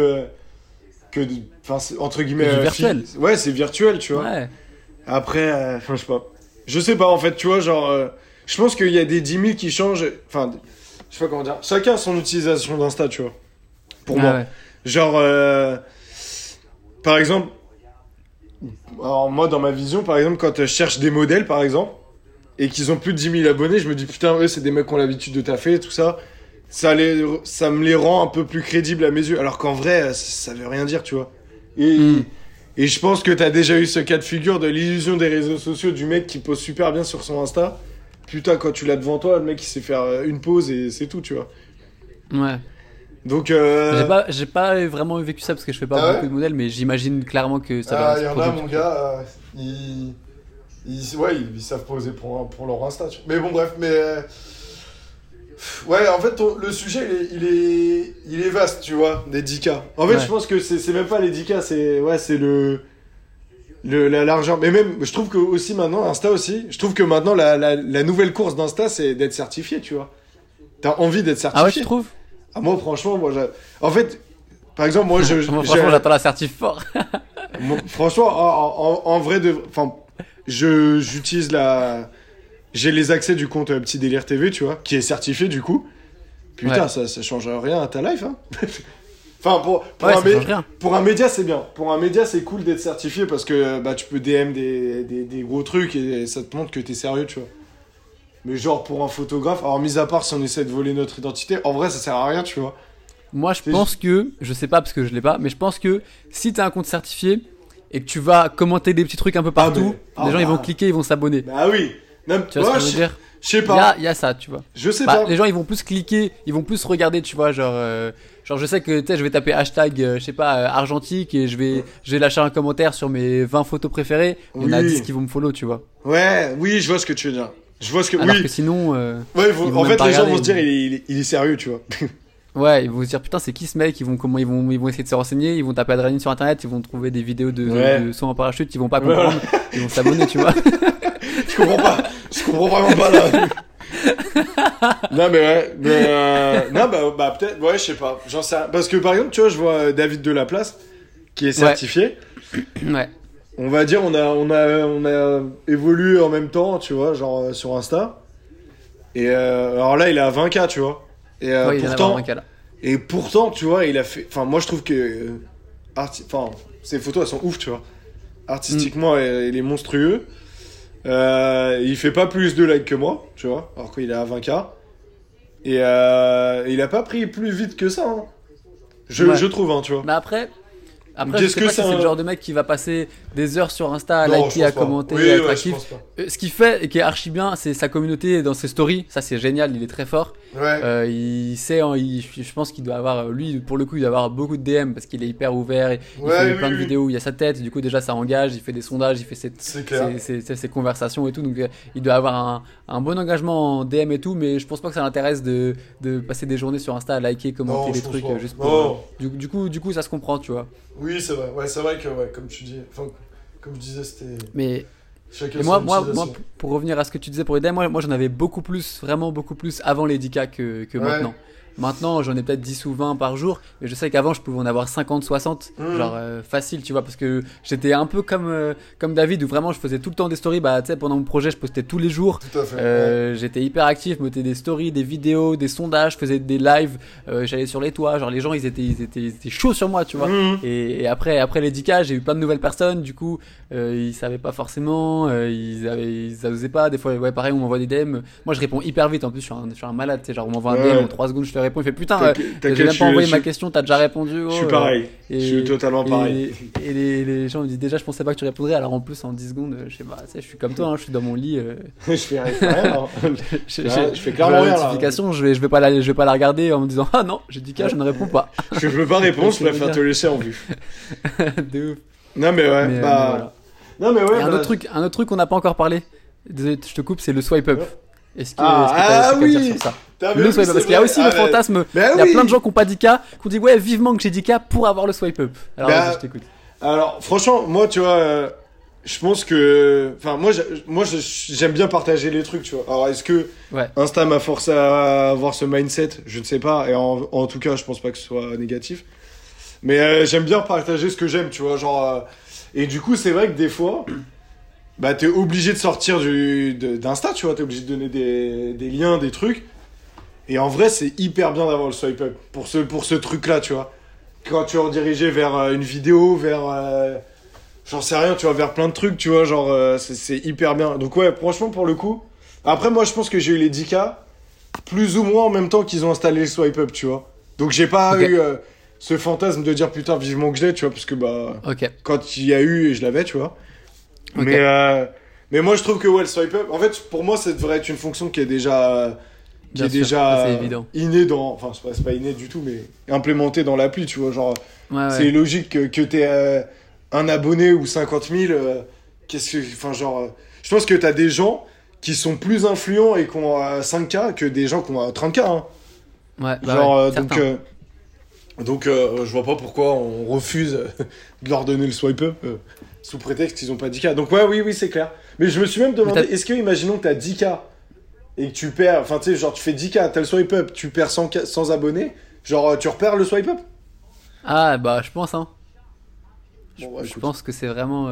Enfin, entre guillemets. Du virtuel. Ouais, c'est virtuel, tu vois. Ouais. Après, je sais pas. Je sais pas, en fait, tu vois, genre. Je pense qu'il y a des 10 000 qui changent. Enfin, je sais pas comment dire. Chacun a son utilisation d'Insta, tu vois. Pour moi. Ouais. Genre. Par exemple. Alors, moi, dans ma vision, par exemple, quand je cherche des modèles, par exemple, et qu'ils ont plus de 10 000 abonnés, je me dis, putain, eux, c'est des mecs qui ont l'habitude de taffer, tout ça. Ça me les rend un peu plus crédibles à mes yeux. Alors qu'en vrai, ça veut rien dire, tu vois. Et je pense que t'as déjà eu ce cas de figure de l'illusion des réseaux sociaux du mec qui pose super bien sur son Insta. Putain, quand tu l'as devant toi, le mec, il sait faire une pause et c'est tout, tu vois. Ouais. Donc, j'ai pas vraiment vécu ça parce que je fais pas beaucoup de modèles, mais j'imagine clairement que ça va. Il y en a, mon gars, ils savent poser pour leur Insta. Tu vois. Mais bon, bref, ouais, en fait, le sujet, il est vaste, tu vois, des 10K. En fait, je pense que c'est même pas les 10K, c'est la largeur. Mais même, je trouve que aussi maintenant, Insta aussi, je trouve que maintenant, la nouvelle course d'Insta, c'est d'être certifié, tu vois. T'as envie d'être certifié. Ah ouais, tu trouves? Ah, moi, franchement, en fait, par exemple, moi, franchement, j'attends la certif fort. Franchement, en vrai, j'utilise j'ai les accès du compte Petit Délire TV, tu vois, qui est certifié du coup. Putain, ça change rien à ta life, hein. Enfin, pour un média, c'est bien. Pour un média, c'est cool d'être certifié parce que tu peux DM des gros trucs et ça te montre que t'es sérieux, tu vois. Mais genre, pour un photographe, alors mis à part si on essaie de voler notre identité, en vrai, ça sert à rien, tu vois. Moi, je pense que, je sais pas parce que je l'ai pas, mais je pense que si t'as un compte certifié et que tu vas commenter des petits trucs un peu partout, les gens ils vont cliquer, ils vont s'abonner. Bah oui. Non, tu vois ce que je veux dire? Je sais pas. Il y a ça, tu vois. Je sais pas. Les gens ils vont plus cliquer, ils vont plus regarder, tu vois, genre je sais que tu sais, je vais taper hashtag, je sais pas, argentique et je vais lâcher un commentaire sur mes 20 photos préférées. Il y en a 10 qui vont me follow, tu vois. Ouais, oui, je vois ce que tu veux dire. Je vois ce que. Alors que sinon. En fait, les gens vont se dire, il est sérieux, tu vois. Ouais, ils vont se dire putain, c'est qui ce mec? Ils vont essayer de se renseigner, ils vont taper Adrenaline sur internet, ils vont trouver des vidéos de saut en parachute, ils vont pas comprendre, ils vont s'abonner, tu vois. Je comprends vraiment pas là. Non mais ouais, non peut-être, ouais, je sais pas, j'en sais rien. Parce que par exemple, tu vois, je vois David Delaplace qui est certifié. Ouais. On va dire, on a évolué en même temps, tu vois, genre sur Insta. Et alors là, il est à 20K, tu vois. Et pourtant, 20K, là. Et pourtant, tu vois, il a fait. Enfin, moi, je trouve que ses photos, elles sont ouf, tu vois. Artistiquement, il est monstrueux. Il fait pas plus de likes que moi, tu vois, alors qu'il est à 20K. Et il a pas pris plus vite que ça, hein. Je trouve, hein, tu vois. Mais après, je sais pas si c'est le genre de mec qui va passer des heures sur Insta à liker, à commenter, à être actif. Ce qu'il fait et qui est archi bien, c'est sa communauté dans ses stories. Ça, c'est génial, il est très fort. Ouais. Il sait, je pense qu'il doit avoir, lui, pour le coup, il doit avoir beaucoup de DM parce qu'il est hyper ouvert. Il fait plein de vidéos où il y a sa tête. Du coup, déjà, ça engage. Il fait des sondages, il fait ses conversations et tout. Donc, il doit avoir un bon engagement en DM et tout. Mais je pense pas que ça l'intéresse de passer des journées sur Insta à liker, commenter des trucs juste pour. Du coup, ça se comprend, tu vois. Oui, c'est vrai. Ouais, c'est vrai que, comme tu dis, comme je disais, c'était. Mais moi, pour revenir à ce que tu disais pour les DM, moi, j'en avais vraiment beaucoup plus avant les 10K que maintenant. Maintenant, j'en ai peut-être 10 ou 20 par jour, mais je sais qu'avant, je pouvais en avoir 50, 60, genre facile, tu vois, parce que j'étais un peu comme David, où vraiment je faisais tout le temps des stories. Tu sais, pendant mon projet, je postais tous les jours. Tout à fait. J'étais hyper actif, je mettais des stories, des vidéos, des sondages, je faisais des lives, j'allais sur les toits, genre les gens, ils étaient chauds sur moi, tu vois. Et après les 10K, j'ai eu plein de nouvelles personnes, du coup, ils savaient pas forcément, ils osaient pas, des fois, pareil, on m'envoie des DM. Moi, je réponds hyper vite, en plus, je suis un malade, tu sais, genre on m'envoie un DM en 3 secondes, je te réponds, il fait putain, j'ai même pas envoyé ma question, t'as déjà répondu. Je suis pareil, je suis totalement pareil. Et les gens me disent déjà, je pensais pas que tu répondrais, alors en plus en 10 secondes, je sais pas, je suis comme toi, je suis dans mon lit. Je fais rien, je fais clairement rien. La notification, je vais pas la regarder en me disant ah non, j'ai dit je ne réponds pas. Je peux pas répondre, je préfère te laisser en vue. De ouf. Non mais ouais, voilà. Non mais ouais. Et un autre truc qu'on n'a pas encore parlé, désolé, je te coupe, c'est le swipe up. Est-ce que tu oui. dire sur ça? Le swipe up, parce qu'il y a aussi le fantasme. Il y a plein de gens qui n'ont pas 10K, qui ont dit ouais, vivement que j'ai 10K pour avoir le swipe up. Alors vas-y, je t'écoute. Alors franchement, moi tu vois, je pense que, enfin moi j'aime bien partager les trucs, tu vois. Alors est-ce que Insta m'a forcé à avoir ce mindset? Je ne sais pas, et en tout cas je pense pas que ce soit négatif. Mais j'aime bien partager ce que j'aime, tu vois, genre. Et du coup c'est vrai que des fois. T'es obligé de sortir d'Insta, tu vois, t'es obligé de donner des liens, des trucs. Et en vrai, c'est hyper bien d'avoir le swipe up pour ce truc-là, tu vois. Quand tu es redirigé vers une vidéo, vers j'en sais rien, tu vois, vers plein de trucs, tu vois, genre, c'est hyper bien. Donc ouais, franchement, pour le coup. Après, moi, je pense que j'ai eu les 10K plus ou moins en même temps qu'ils ont installé le swipe up, tu vois. Donc j'ai pas eu ce fantasme de dire putain, vivement que je l'ai, tu vois, parce que quand il y a eu, je l'avais, tu vois. Mais moi, je trouve que ouais, le swipe up, en fait, pour moi, ça devrait être une fonction qui est déjà c'est évident. inné dans, enfin c'est pas inné du tout, mais implémenté dans l'appli, tu vois, genre c'est logique que t'aies un abonné ou 50 000, je pense que t'as des gens qui sont plus influents et qui ont 5K que des gens qui ont 30K, hein. Donc je vois pas pourquoi on refuse de leur donner le swipe up sous prétexte qu'ils ont pas 10K. Donc oui, c'est clair. Mais je me suis même demandé, est-ce que, imaginons que t'as 10K et que tu perds, enfin tu sais, genre tu fais 10K, t'as le swipe up, tu perds 100 abonnés, genre tu repères le swipe up? Ah bah je pense, hein. Je pense que c'est vraiment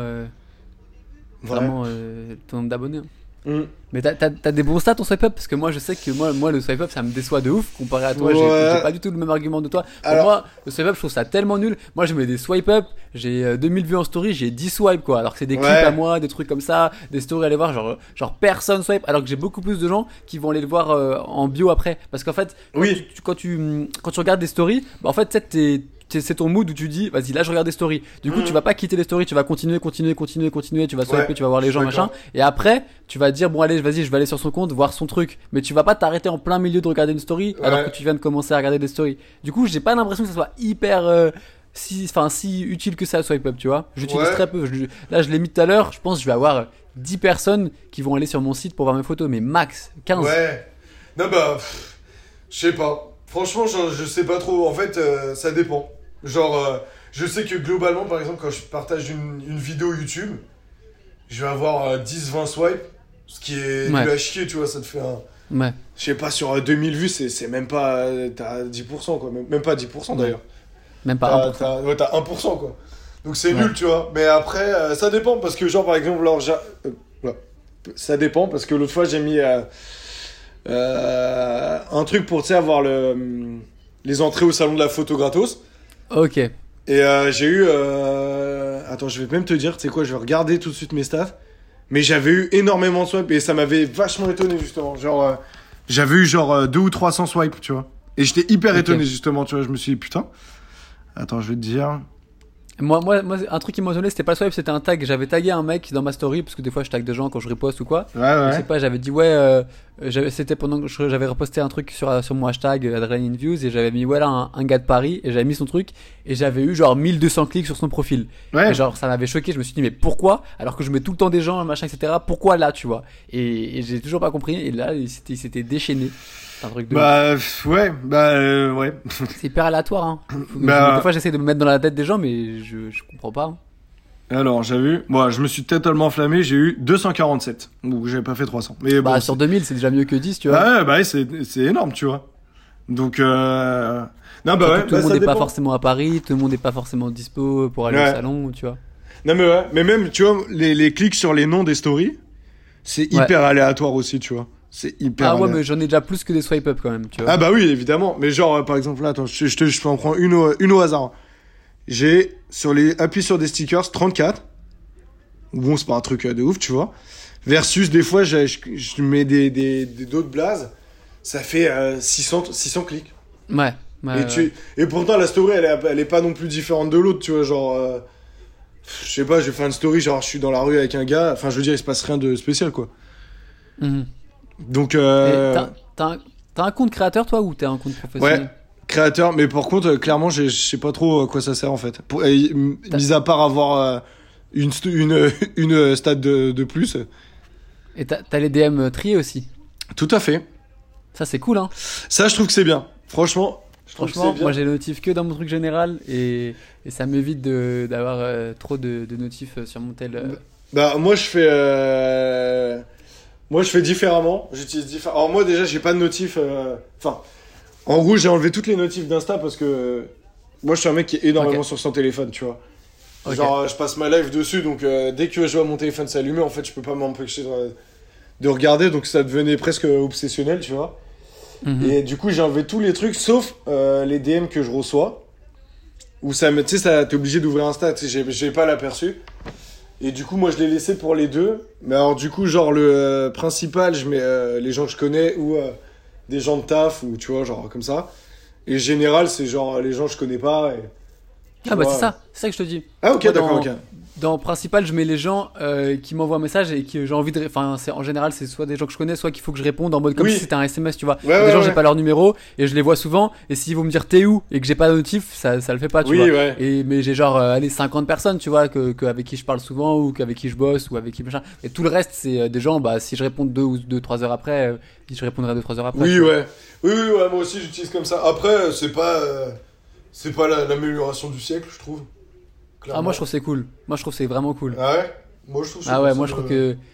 ton nombre d'abonnés, hein. Mais t'as des bons stats en swipe up, parce que moi je sais que moi le swipe up ça me déçoit de ouf comparé à toi. J'ai pas du tout le même argument de toi. Pour moi le swipe up je trouve ça tellement nul. Moi je mets des swipe up, j'ai 2000 vues en story, j'ai 10 swipes quoi, alors que c'est des clips à moi, des trucs comme ça, des stories à aller voir, genre personne swipe, alors que j'ai beaucoup plus de gens qui vont aller le voir en bio après, parce qu'en fait quand tu regardes des stories, bah en fait c'est ton mood où tu dis vas-y là je regarde des stories, du coup tu vas pas quitter les stories, tu vas continuer, tu vas swiper, tu vas voir les gens machin, et après tu vas dire bon allez vas-y je vais aller sur son compte voir son truc, mais tu vas pas t'arrêter en plein milieu de regarder une story alors que tu viens de commencer à regarder des stories. Du coup j'ai pas l'impression que ça soit hyper si utile que ça à swipe up, tu vois. J'utilise très peu. Là je l'ai mis tout à l'heure, je pense que je vais avoir 10 personnes qui vont aller sur mon site pour voir mes photos, mais max 15. Non bah je sais pas, franchement je sais pas trop, en fait ça dépend. Genre, je sais que globalement, par exemple, quand je partage une vidéo YouTube, je vais avoir 10-20 swipes, ce qui est nul à chier, tu vois, ça te fait un... Je sais pas, sur 2000 vues, c'est même pas... T'as 10%, quoi, même pas 10% d'ailleurs. Même pas 1%. T'as 1%, quoi. Donc c'est nul, tu vois. Mais après, ça dépend, parce que genre, par exemple, ça dépend, parce que l'autre fois, j'ai mis un truc pour, tu sais, avoir les entrées au salon de la photo gratos. Ok. Et j'ai eu... Attends, je vais même te dire, tu sais quoi, je vais regarder tout de suite mes stats. Mais j'avais eu énormément de swipes et ça m'avait vachement étonné, justement. Genre, j'avais eu genre 200 ou 300 swipes, tu vois. Et j'étais hyper étonné, justement, tu vois. Je me suis dit, putain. Attends, je vais te dire... Moi, un truc qui m'a étonné, c'était pas le swipe, c'était un tag. J'avais tagué un mec dans ma story, parce que des fois je tag des gens quand je reposte ou quoi. Je sais pas, j'avais dit c'était pendant que j'avais reposté un truc sur mon hashtag Adrenaline Views, et j'avais mis voilà un gars de Paris, et j'avais mis son truc, et j'avais eu genre 1200 clics sur son profil. Et genre ça m'avait choqué, je me suis dit mais pourquoi, alors que je mets tout le temps des gens, machin, etc. Pourquoi là, tu vois. Et j'ai toujours pas compris, et là il s'était déchaîné. Un truc de ouais. C'est hyper aléatoire, hein. Des fois j'essaie de me mettre dans la tête des gens, mais je comprends pas, hein. Alors j'ai vu, je me suis totalement enflammé, j'ai eu 247, donc j'avais pas fait 300. Mais bon, sur 2000 c'est déjà mieux que 10, tu vois. C'est énorme, tu vois. Donc tout le monde n'est pas forcément à Paris, tout le monde n'est pas forcément dispo pour aller au salon, tu vois. Non mais même tu vois les clics sur les noms des stories, c'est hyper aléatoire aussi, tu vois. C'est hyper mais j'en ai déjà plus que des swipe up quand même, tu vois. Ah bah oui, évidemment, mais genre par exemple là, attends, je peux en prendre une au hasard. J'ai appuyé sur des stickers 34. Bon, c'est pas un truc de ouf, tu vois. Versus des fois je mets des d'autres blazes, ça fait 600 clics. Et pourtant la story elle est pas non plus différente de l'autre, tu vois, genre je sais pas, j'ai fait une story genre je suis dans la rue avec un gars, enfin je veux dire il se passe rien de spécial quoi. Donc t'as un compte créateur toi ou t'as un compte professionnel? Ouais, créateur, mais par contre clairement je sais pas trop à quoi ça sert en fait. Mis à part avoir une stat de plus. Et t'as les DM triés aussi? Tout à fait. Ça c'est cool, hein. Ça je trouve que c'est bien. Franchement, moi j'ai les notifs que dans mon truc général et ça m'évite d'avoir trop de notifs sur mon tel. Moi je fais différemment. J'utilise différemment. Alors moi déjà j'ai pas de notifs. En gros j'ai enlevé toutes les notifs d'Insta parce que moi je suis un mec qui est énormément sur son téléphone, tu vois. Genre je passe ma live dessus, donc dès que je vois mon téléphone s'allumer, en fait je peux pas m'empêcher de regarder, donc ça devenait presque obsessionnel, tu vois. Et du coup j'ai enlevé tous les trucs sauf les DM que je reçois. où ça me, tu sais, ça, t'es obligé d'ouvrir Insta, tu sais, j'ai pas l'aperçu. Et du coup, moi, je l'ai laissé pour les deux. Mais alors, du coup, genre, le principal, je mets les gens que je connais ou des gens de taf, ou tu vois, genre, comme ça. Et général, c'est genre les gens que je connais pas. Ah, bah, c'est ça que je te dis. Ah, ok, Moi, d'accord, ok. Dans principal, je mets les gens qui m'envoient un message et qui j'ai envie de. Enfin, en général, c'est soit des gens que je connais, soit qu'il faut que je réponde en mode comme si c'était un SMS, tu vois. Des gens, j'ai pas leur numéro et je les vois souvent. Et s'ils vont me dire t'es où et que j'ai pas de notif, ça le fait pas, tu vois. Ouais. Mais j'ai genre, allez, 50 personnes, tu vois, avec qui je parle souvent ou avec qui je bosse ou avec qui machin. Et tout le reste, c'est des gens, bah, si je réponds 2-3 heures après, je répondrai 2-3 heures après. Oui, ouais. Oui, moi aussi, j'utilise comme ça. Après, c'est pas l'amélioration du siècle, je trouve. Clairement. Ah, moi je trouve c'est cool. Moi je trouve c'est vraiment cool. Ah ouais. Moi je trouve. Moi je trouve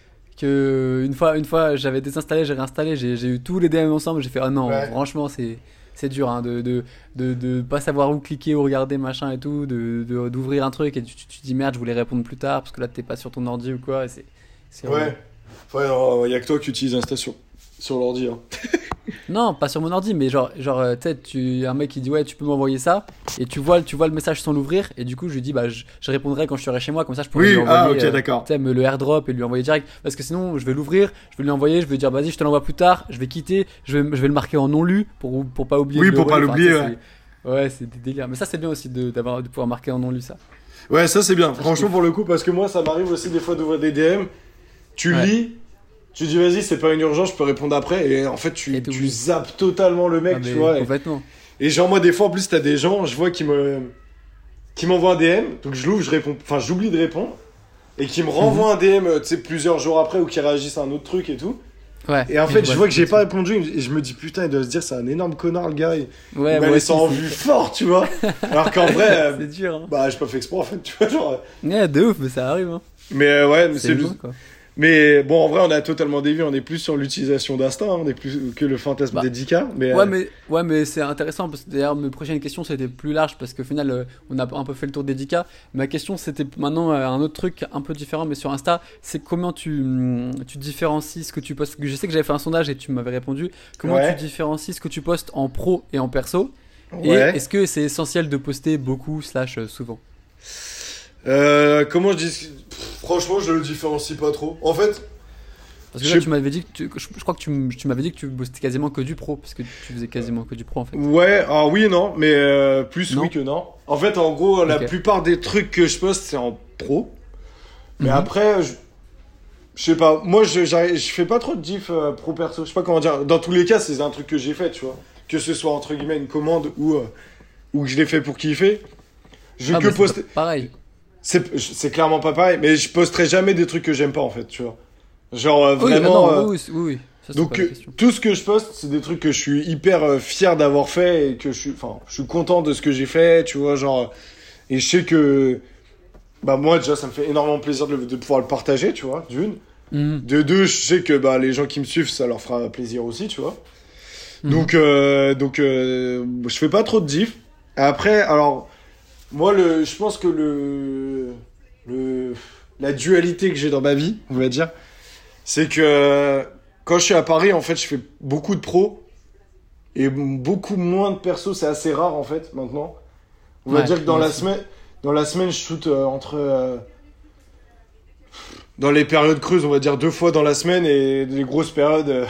que une fois j'avais désinstallé, j'ai réinstallé, j'ai eu tous les DM ensemble, j'ai fait oh non, franchement c'est dur hein, de pas savoir où cliquer ou regarder machin et tout, d'ouvrir un truc et tu dis merde, je voulais répondre plus tard parce que là t'es pas sur ton ordi ou quoi, c'est ouais. Enfin, y a que toi qui utilises Insta sur l'ordi hein. Non, pas sur mon ordi, mais genre tu sais, un mec qui dit ouais, tu peux m'envoyer ça, et tu vois le message sans l'ouvrir, et du coup je lui dis bah je répondrai quand je serai chez moi, comme ça je pourrais lui envoyer d'accord. Me le airdrop et lui envoyer direct, parce que sinon je vais l'ouvrir, je vais lui envoyer, je vais lui dire vas-y je te l'envoie plus tard, je vais quitter, je vais le marquer en non lu pour pas oublier. Oui, pour pas l'oublier. Ouais, c'est des délires, mais ça c'est bien aussi de pouvoir marquer en non lu ça. Ouais, ça c'est bien. Franchement pour le coup, parce que moi ça m'arrive aussi des fois d'ouvrir des DM, tu lis. Tu dis vas-y, c'est pas une urgence, je peux répondre après, et en fait tu zappes totalement le mec, tu vois. Complètement. Et genre moi des fois en plus t'as des gens, je vois qui m'envoient un DM, donc je l'ouvre, je réponds, enfin j'oublie de répondre, et qui me renvoient un DM, tu sais, plusieurs jours après, ou qui réagissent à un autre truc et tout. Ouais. Et en fait je vois que j'ai pas répondu, et je me dis putain, il doit se dire c'est un énorme connard le gars, il m'a laissé en vue fort, tu vois. Alors qu'en vrai, c'est dur. Hein. Bah j'ai pas fait exprès en fait, tu vois, genre. Ouais, de ouf, mais ça arrive. Hein. Mais ouais, mais c'est humain, quoi. Mais bon, en vrai, on a totalement dévié. On est plus sur l'utilisation d'Insta, on est plus que le fantasme des 10K. Mais ouais, mais c'est intéressant parce que d'ailleurs, mes prochaines questions c'était plus large parce qu'au final, on a un peu fait le tour des 10K. Ma question c'était maintenant un autre truc un peu différent, mais sur Insta, c'est comment tu différencies ce que tu postes. Je sais que j'avais fait un sondage et tu m'avais répondu. Comment tu différencies ce que tu postes en pro et en perso? Et est-ce que c'est essentiel de poster beaucoup / souvent? Comment je dis? Franchement, je le différencie pas trop. En fait, parce que là, tu m'avais dit que je crois que tu m'avais dit que tu postais quasiment que du pro, parce que tu faisais quasiment que du pro en fait. Ouais, alors oui et non, mais plus non. Oui que non. En fait, en gros, la plupart des trucs que je poste, c'est en pro. Mais après, je sais pas. Moi, je fais pas trop de diff pro perso. Je sais pas comment dire. Dans tous les cas, c'est un truc que j'ai fait, tu vois. Que ce soit entre guillemets une commande ou que je l'ai fait pour kiffer. Je vais que poster. Pareil. C'est clairement pas pareil, mais je posterai jamais des trucs que j'aime pas en fait, tu vois. Genre vraiment. Oui. Ça, donc tout ce que je poste, c'est des trucs que je suis hyper fier d'avoir fait et que je suis content de ce que j'ai fait, tu vois, genre. Et je sais que, bah moi déjà, ça me fait énormément plaisir de pouvoir le partager, tu vois, d'une. De deux, je sais que bah les gens qui me suivent, ça leur fera plaisir aussi, tu vois. Donc je fais pas trop de diff. Après, alors. Moi, je pense que la dualité que j'ai dans ma vie, on va dire, c'est que quand je suis à Paris, en fait, je fais beaucoup de pro et beaucoup moins de perso. C'est assez rare, en fait, maintenant. On va dire que dans la semaine, je shoot entre... dans les périodes creuses, on va dire 2 fois dans la semaine et les grosses périodes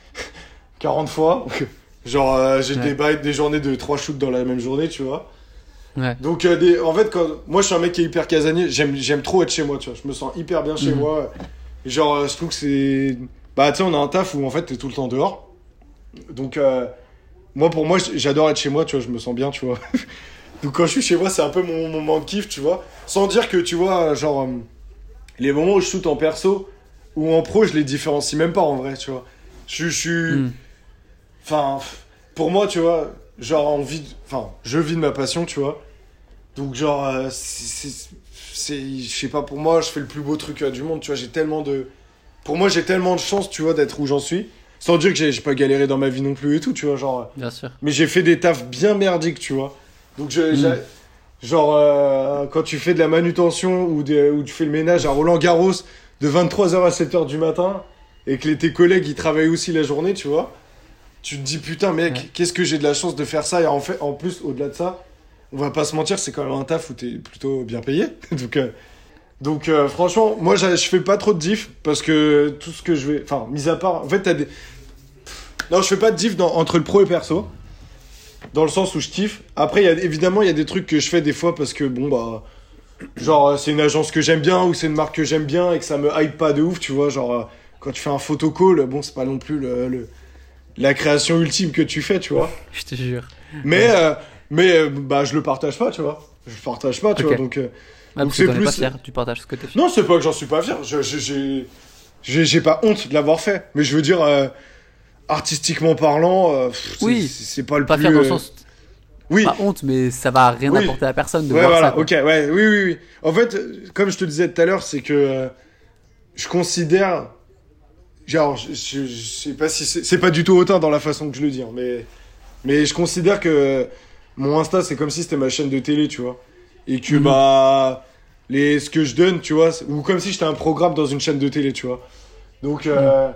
40 fois. Genre, j'ai des journées de 3 shoots dans la même journée, tu vois. Ouais. Donc en fait moi je suis un mec qui est hyper casanier, j'aime trop être chez moi, tu vois, je me sens hyper bien chez moi. Et genre je trouve que c'est bah tu sais on a un taf où en fait t'es tout le temps dehors. Donc pour moi j'adore être chez moi, tu vois, je me sens bien, tu vois. Donc quand je suis chez moi, c'est un peu mon moment de kiff, tu vois, sans dire que tu vois genre les moments où je shoot en perso ou en pro, je les différencie même pas en vrai, tu vois. Je suis enfin pour moi, tu vois, genre je vis de ma passion, tu vois. Donc genre je sais pas, pour moi je fais le plus beau truc du monde, tu vois. J'ai tellement de chance, tu vois, d'être où j'en suis, sans dire que j'ai pas galéré dans ma vie non plus et tout, tu vois, genre. Bien sûr. Mais j'ai fait des tafs bien merdiques, tu vois. Donc quand tu fais de la manutention ou tu fais le ménage à Roland-Garros de 23h à 7h du matin et que tes collègues ils travaillent aussi la journée, tu vois. Tu te dis putain mec, qu'est-ce que j'ai de la chance de faire ça. Et en fait, en plus, au-delà de ça, on va pas se mentir, c'est quand même un taf où t'es plutôt bien payé. Donc franchement, moi je fais pas trop de diff parce que tout ce que je vais, enfin mis à part, en fait non, je fais pas de diff entre le pro et perso, dans le sens où je kiffe. Après évidemment il y a des trucs que je fais des fois parce que bon bah genre c'est une agence que j'aime bien ou c'est une marque que j'aime bien et que ça me hype pas de ouf, tu vois, genre quand tu fais un photocall, bon c'est pas non plus la création ultime que tu fais, tu vois. Je te jure. Mais bah je le partage pas, tu vois. Je le partage pas, tu vois, donc donc c'est plus pas fier, tu partages ce que t'as fait. Non, c'est pas que j'en suis pas fier. J'ai pas honte de l'avoir fait, mais je veux dire artistiquement parlant, oui, c'est pas le pas plus fier dans le sens oui. Pas honte, mais ça va rien apporter à personne de ouais, voir voilà, ça. Quoi. Ok, ouais, oui. En fait, comme je te disais tout à l'heure, c'est que je considère, genre, je sais pas si c'est pas du tout hautain dans la façon que je le dis, hein, mais je considère que mon Insta, c'est comme si c'était ma chaîne de télé, tu vois, et que bah ce que je donne, tu vois, ou comme si j'étais un programme dans une chaîne de télé, tu vois. Donc,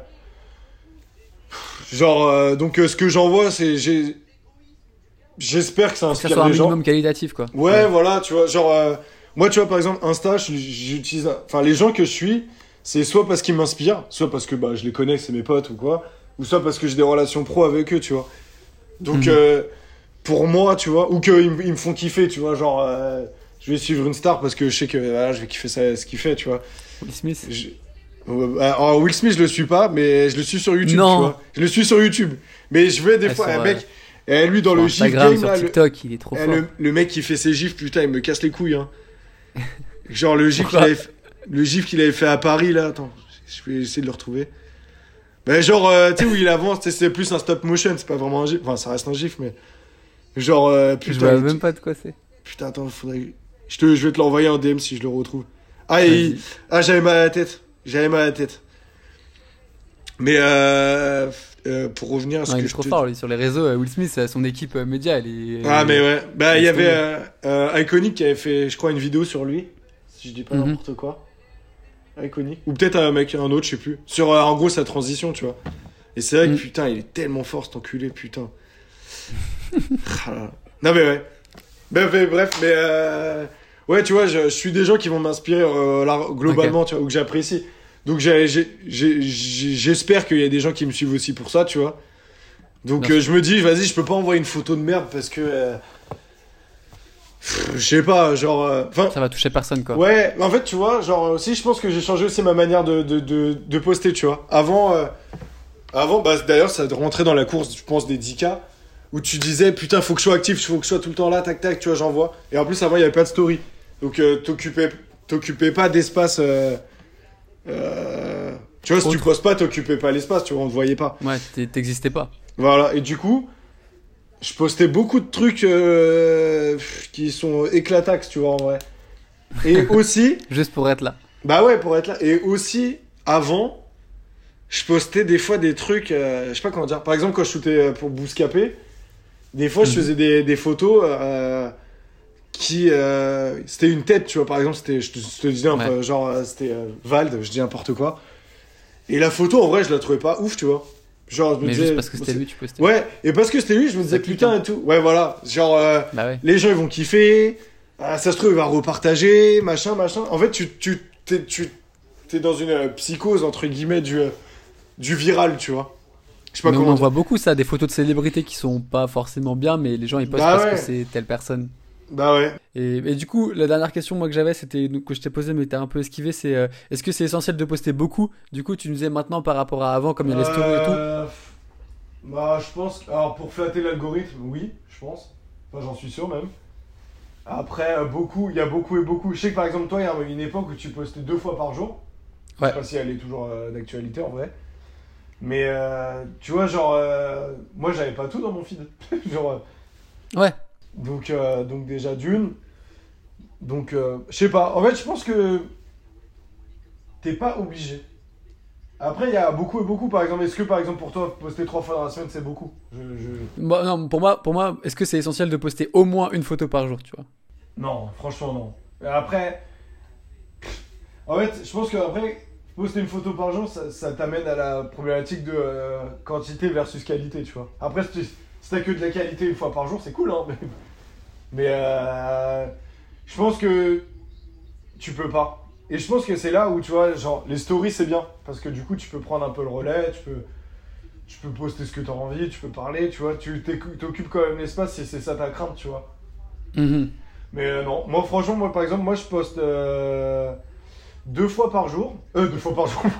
donc ce que j'envoie, c'est j'espère que ça inspire les gens. Que ça soit un minimum qualitatif, quoi. Ouais, voilà, tu vois, genre moi, tu vois, par exemple, Insta, j'utilise, enfin, les gens que je suis, c'est soit parce qu'ils m'inspirent, soit parce que bah je les connais, c'est mes potes ou quoi, ou soit parce que j'ai des relations pro avec eux, tu vois. Donc pour moi, tu vois, ou qu'ils me font kiffer, tu vois, genre je vais suivre une star parce que je sais que voilà, je vais kiffer ça, ce qu'il fait, tu vois. Will Smith. Alors, Will Smith, je le suis pas, mais je le suis sur YouTube, non. tu vois. Je le suis sur YouTube. Mais je vais des fois, un mec, lui dans le gif game, sur TikTok, il est trop fort. Le mec qui fait ses gifs, putain, il me casse les couilles, hein. Genre le gif qu'il avait fait à Paris, là, attends, je vais essayer de le retrouver. Ben genre, tu sais, où il avance, c'est plus un stop motion, c'est pas vraiment un gif, enfin, ça reste un gif, mais genre, putain. Je vois même pas de quoi c'est. Putain, attends, faudrait. Je vais te l'envoyer en DM si je le retrouve. J'avais mal à la tête. Mais pour revenir à ce que il est trop fort, lui, sur les réseaux. Will Smith, son équipe média, elle est. Ah, mais ouais. Bah, il y avait Iconic qui avait fait, je crois, une vidéo sur lui. Si je dis pas n'importe quoi. Iconic. Ou peut-être un autre, je sais plus. Sur, en gros, sa transition, tu vois. Et c'est vrai que, putain, il est tellement fort, cet enculé, putain. Non, mais ouais. Bref, mais ouais, tu vois, je suis des gens qui vont m'inspirer globalement, tu vois, ou que j'apprécie. Donc j'espère qu'il y a des gens qui me suivent aussi pour ça, tu vois. Donc je me dis, vas-y, je peux pas envoyer une photo de merde parce que je sais pas, genre ça va toucher personne, quoi. Ouais, en fait, tu vois, genre aussi je pense que j'ai changé aussi ma manière de poster, tu vois. Avant bah d'ailleurs ça rentrait dans la course, je pense, des 10K où tu disais putain, faut que je sois actif, faut que je sois tout le temps là, tac tac, tu vois, j'envoie. Et en plus avant il y avait pas de story. Donc t'occupais pas d'espace tu vois, si tu postes pas, t'occupais pas l'espace, tu vois, on te voyait pas. Ouais, t'existais pas. Voilà, et du coup, je postais beaucoup de trucs qui sont éclatax, tu vois, en vrai. Et aussi... Juste pour être là. Bah ouais, pour être là. Et aussi, avant, je postais des fois des trucs, je sais pas comment dire. Par exemple, quand je shootais pour Bouscapé, des fois, je faisais des photos qui c'était une tête, tu vois, par exemple, c'était, je te disais un peu, genre c'était Vald, je dis n'importe quoi, et la photo en vrai je la trouvais pas ouf, tu vois, genre je me disais, juste parce que c'était lui tu postais. Ouais, et parce que c'était lui je me disais putain et tout, ouais voilà, genre les gens ils vont kiffer, ça se trouve il va repartager, machin, en fait t'es dans une psychose entre guillemets du viral, tu vois. Je sais pas comment on voit beaucoup ça, des photos de célébrités qui sont pas forcément bien, mais les gens ils postent parce que c'est telle personne. Bah ouais. Et du coup, la dernière question moi que j'avais, c'était que je t'ai posée mais t'as un peu esquivé, c'est est-ce que c'est essentiel de poster beaucoup? Du coup, tu nous disais maintenant par rapport à avant, comme il y a les stories et tout. Bah, je pense. Alors, pour flatter l'algorithme, oui, je pense. Enfin, j'en suis sûr même. Après, il y a beaucoup et beaucoup. Je sais que par exemple, toi, il y a une époque où tu postais 2 fois par jour. Ouais. Je sais pas si elle est toujours d'actualité en vrai. Mais tu vois, genre, moi, j'avais pas tout dans mon feed. Genre. Ouais. Donc déjà d'une. Donc je sais pas. En fait, je pense que t'es pas obligé. Après, il y a beaucoup et beaucoup. Par exemple, est-ce que par exemple pour toi poster 3 fois dans la semaine c'est beaucoup? Bah, non, pour moi, est-ce que c'est essentiel de poster au moins une photo par jour, tu vois? Non, franchement non. Après, en fait, je pense que après poster une photo par jour, ça t'amène à la problématique de quantité versus qualité, tu vois. Après, si t'as que de la qualité une fois par jour, c'est cool, hein. Mais je pense que tu peux pas. Et je pense que c'est là où, tu vois, genre, les stories, c'est bien. Parce que du coup, tu peux prendre un peu le relais, tu peux poster ce que tu as envie, tu peux parler, tu vois. Tu t'occupes quand même l'espace si c'est ça ta crainte, tu vois. Mais non, moi, franchement, moi, par exemple, moi, je poste 2 fois par jour. 2 fois par jour.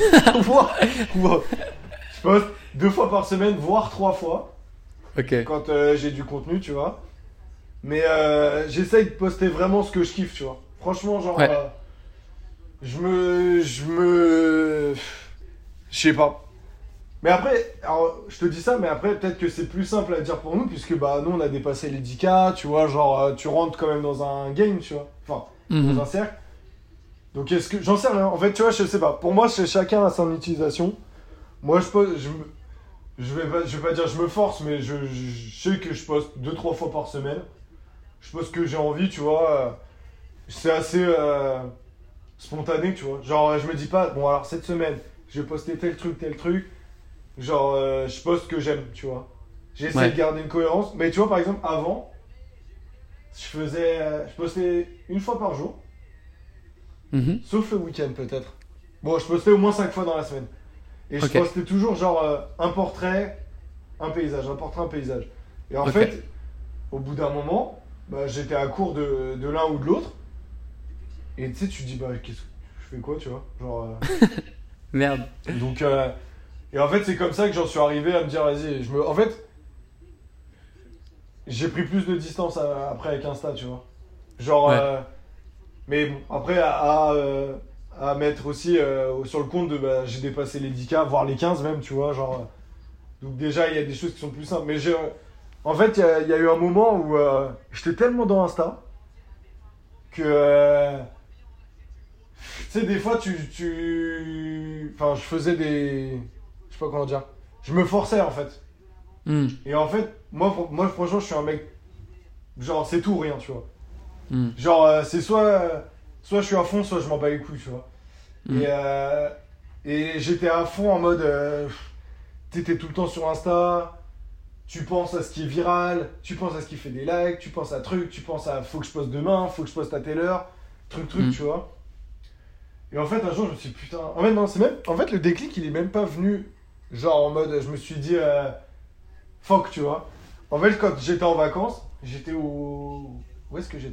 Je poste 2 fois par semaine, voire 3 fois. Ok. Quand j'ai du contenu, tu vois. Mais j'essaye de poster vraiment ce que je kiffe, tu vois. Franchement, genre, Ouais. je sais pas. Mais après, alors, je te dis ça, mais après, peut-être que c'est plus simple à dire pour nous, puisque bah, nous, on a dépassé les 10K, tu vois, genre, tu rentres quand même dans un game, tu vois. Enfin, dans un cercle. Donc, est-ce que. J'en sais rien. En fait, tu vois, je sais pas. Pour moi, chacun a son utilisation. Moi, je vais pas dire je me force, mais je sais que je poste 2-3 fois par semaine. Je poste ce que j'ai envie, tu vois. C'est assez spontané, tu vois. Genre, je me dis pas, bon, alors cette semaine, je vais poster tel truc. Genre, je poste ce que j'aime, tu vois. J'essaie de garder une cohérence. Mais tu vois, par exemple, avant, je postais 1 fois par jour. Sauf le week-end, peut-être. Bon, je postais au moins 5 fois dans la semaine. Et je postais toujours, genre, un portrait, un paysage. Et en fait, au bout d'un moment, bah, j'étais à court de l'un ou de l'autre. Et tu sais, tu te dis, bah, je fais quoi, tu vois. Genre. Merde. Donc, et en fait, c'est comme ça que j'en suis arrivé à me dire, vas-y, en fait, j'ai pris plus de distance après avec Insta, tu vois. Genre, mais bon, après, à mettre aussi sur le compte de, bah, j'ai dépassé les 10K, voire les 15 même, tu vois, genre. Donc déjà, il y a des choses qui sont plus simples. Mais en fait, il y a eu un moment où j'étais tellement dans Insta que... tu sais, des fois, enfin, je faisais des... Je sais pas comment dire. Je me forçais, en fait. Et en fait, moi, franchement, je suis un mec... Genre, c'est tout ou rien, tu vois. Genre, c'est soit je suis à fond, soit je m'en bats les couilles, tu vois. Et j'étais à fond en mode... t'étais tout le temps sur Insta, tu penses à ce qui est viral, tu penses à ce qui fait des likes, tu penses à truc, tu penses à faut que je poste demain, faut que je poste à telle heure, truc, tu vois. Et en fait, un jour, je me suis dit, putain... En fait, non, en fait, le déclic, il est même pas venu, genre en mode, je me suis dit, fuck, tu vois. En fait, quand j'étais en vacances, j'étais au... Où est-ce que j'étais ?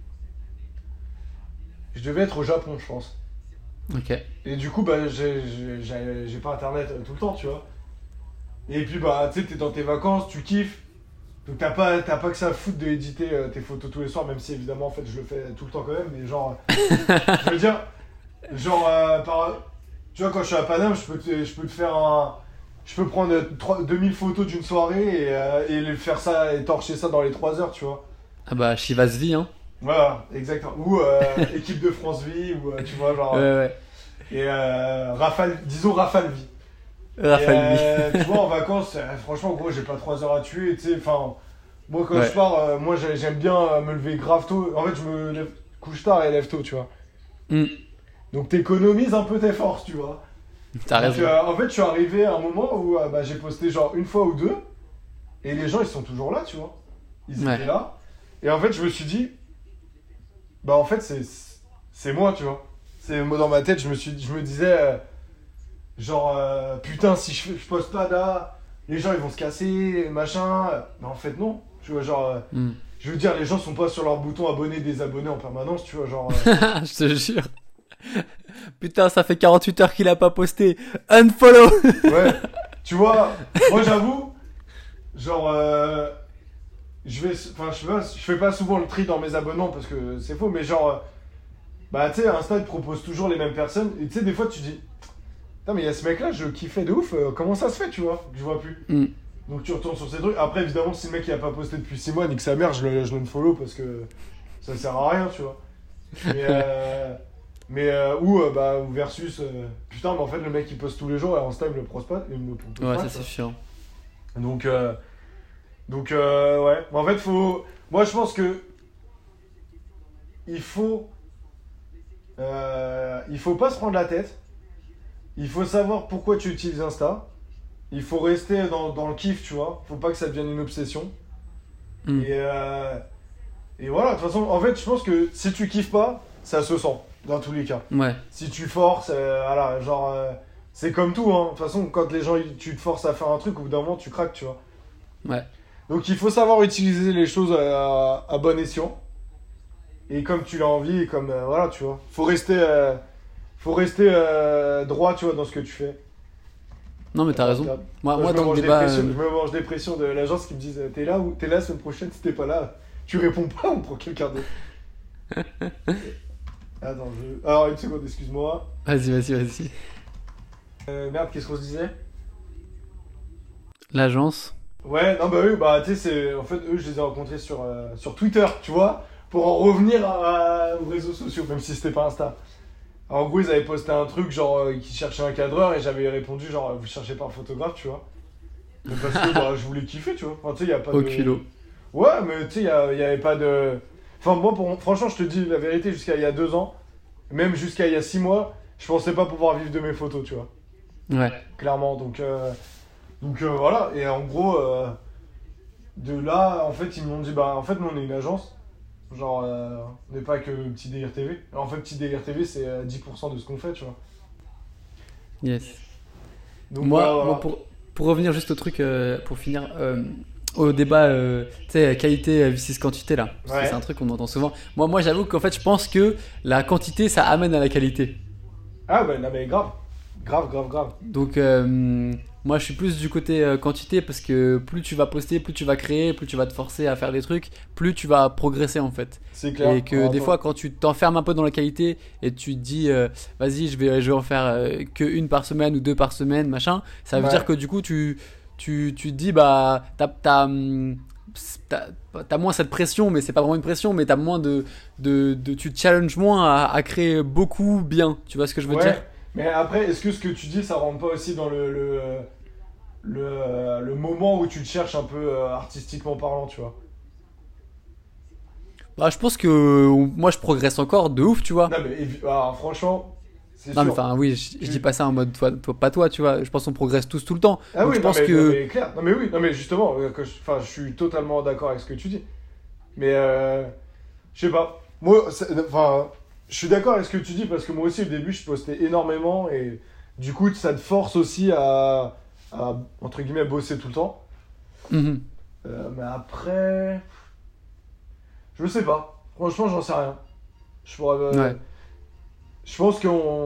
Je devais être au Japon, je pense. Ok. Et du coup, bah, j'ai pas internet tout le temps, tu vois. Et puis, bah, tu sais, t'es dans tes vacances, tu kiffes. Donc, t'as pas que ça à foutre d'éditer tes photos tous les soirs, même si évidemment, en fait, je le fais tout le temps quand même. Mais genre, je veux dire, genre, tu vois, quand je suis à Paname, je peux te faire je peux prendre 2000 photos d'une soirée et faire ça et torcher ça dans les 3 heures, tu vois. Ah bah, Chivas Vie, hein. Voilà, exactement. Ou équipe de France Vie, ou tu vois, genre. Ouais. Et disons Rafale Vie. Tu vois, en vacances, franchement, gros, j'ai pas 3 heures à tuer, tu sais, enfin, moi, quand je pars, moi, j'aime bien me lever grave tôt. En fait, je me lève couche tard et lève tôt, tu vois. Donc, t'économises un peu tes forces, tu vois. T'as raison. En fait, je suis arrivé à un moment où bah, j'ai posté genre 1 fois ou 2, et les gens, ils sont toujours là, tu vois. Ils étaient là. Et en fait, je me suis dit, bah, en fait, c'est moi, tu vois. C'est moi dans ma tête, je me disais... genre, putain, si je poste pas là, les gens ils vont se casser, machin. Mais en fait, non. Tu vois, genre, je veux dire, les gens sont pas sur leur bouton abonner, désabonner en permanence, tu vois, genre. Je te jure. Putain, ça fait 48 heures qu'il a pas posté. Unfollow. Ouais. Tu vois, moi j'avoue, genre, je fais pas souvent le tri dans mes abonnements parce que c'est faux, mais genre, bah, tu sais, Insta, il te propose toujours les mêmes personnes. Et tu sais, des fois, tu dis. Non mais il y a ce mec là, je kiffais de ouf, comment ça se fait, tu vois, que je vois plus. Donc tu retournes sur ces trucs. Après évidemment si le mec il a pas posté depuis 6 mois, nique sa mère, je le follow parce que ça sert à rien, tu vois. Ou versus putain mais en fait le mec il poste tous les jours et Insta il me le propose pas, ouais, pas, ça c'est chiant. Donc ouais, en fait moi je pense que il faut pas se prendre la tête. Il faut savoir pourquoi tu utilises Insta. Il faut rester dans le kiff, tu vois. Faut pas que ça devienne une obsession. Et voilà, de toute façon, en fait, je pense que si tu kiffes pas, ça se sent, dans tous les cas. Ouais. Si tu forces, voilà, genre, c'est comme tout, hein. De toute façon, quand les gens, tu te forces à faire un truc, au bout d'un moment, tu craques, tu vois. Ouais. Donc, il faut savoir utiliser les choses à bon escient. Et comme tu l'as envie, et comme, voilà, tu vois. Faut rester droit, tu vois, dans ce que tu fais. Non, mais t'as raison. Moi, je dans le débat. Je me mange des pressions de l'agence qui me disent t'es là ou t'es là la semaine prochaine, si t'es pas là, tu réponds pas, on prend quelqu'un d'autre. Attends, alors une seconde, excuse-moi. Vas-y. Merde, qu'est-ce qu'on se disait? L'agence. Ouais, non, bah oui, bah tu sais, c'est. En fait, eux, je les ai rencontrés sur Twitter, tu vois, pour en revenir aux réseaux sociaux, même si c'était pas Insta. Alors, en gros, ils avaient posté un truc, genre, qu'ils cherchaient un cadreur, et j'avais répondu, genre, vous cherchez pas un photographe, tu vois. Mais parce que bah, je voulais kiffer, tu vois. Enfin, tu sais, y a pas Au de. culot. Ouais, mais tu sais, y avait pas de. Enfin, moi, franchement, je te dis la vérité, jusqu'à il y a 2 ans, même jusqu'à il y a 6 mois, je pensais pas pouvoir vivre de mes photos, tu vois. Ouais. Clairement, donc voilà. Et en gros, de là, en fait, ils m'ont dit, bah, en fait, nous, on est une agence. Genre, on n'est pas que Petit Délire TV. En fait, Petit Délire TV, c'est 10% de ce qu'on fait, tu vois. Yes. Donc, Moi, voilà. pour revenir juste au truc, pour finir, au débat, tu sais, qualité versus quantité là. Parce que Ouais. c'est un truc qu'on entend souvent. Moi, j'avoue qu'en fait, je pense que la quantité, ça amène à la qualité. Ah, bah, non, mais grave. Grave. Donc, moi, je suis plus du côté quantité parce que plus tu vas poster, plus tu vas créer, plus tu vas te forcer à faire des trucs, plus tu vas progresser en fait. C'est clair. Et que des fois, quand tu t'enfermes un peu dans la qualité et tu te dis, vas-y, je vais en faire que une par semaine ou 2 par semaine, machin, ça veut Ouais. dire que du coup, tu te dis, bah, t'as moins cette pression, mais c'est pas vraiment une pression, mais t'as moins tu te challenges moins à créer beaucoup bien. Tu vois ce que je veux Ouais. dire? Mais après, est-ce que ce que tu dis, ça rentre pas aussi dans le moment où tu te cherches un peu artistiquement parlant, tu vois? Bah, je pense que moi, je progresse encore de ouf, tu vois. Non, mais alors, franchement, c'est Non, mais sûr. enfin, oui, je dis pas ça en mode pas toi, tu vois. Je pense qu'on progresse tous tout le temps. Ah Donc, oui, je pense non, que. mais clair. Non, mais oui, non, mais justement, je suis totalement d'accord avec ce que tu dis. Mais, je sais pas. Moi, enfin, je suis d'accord avec ce que tu dis parce que moi aussi, au début, je postais énormément et du coup, ça te force aussi entre guillemets, bosser tout le temps. Mhm. Mais après, je sais pas. Franchement, j'en sais rien. Je pourrais, Ouais. je pense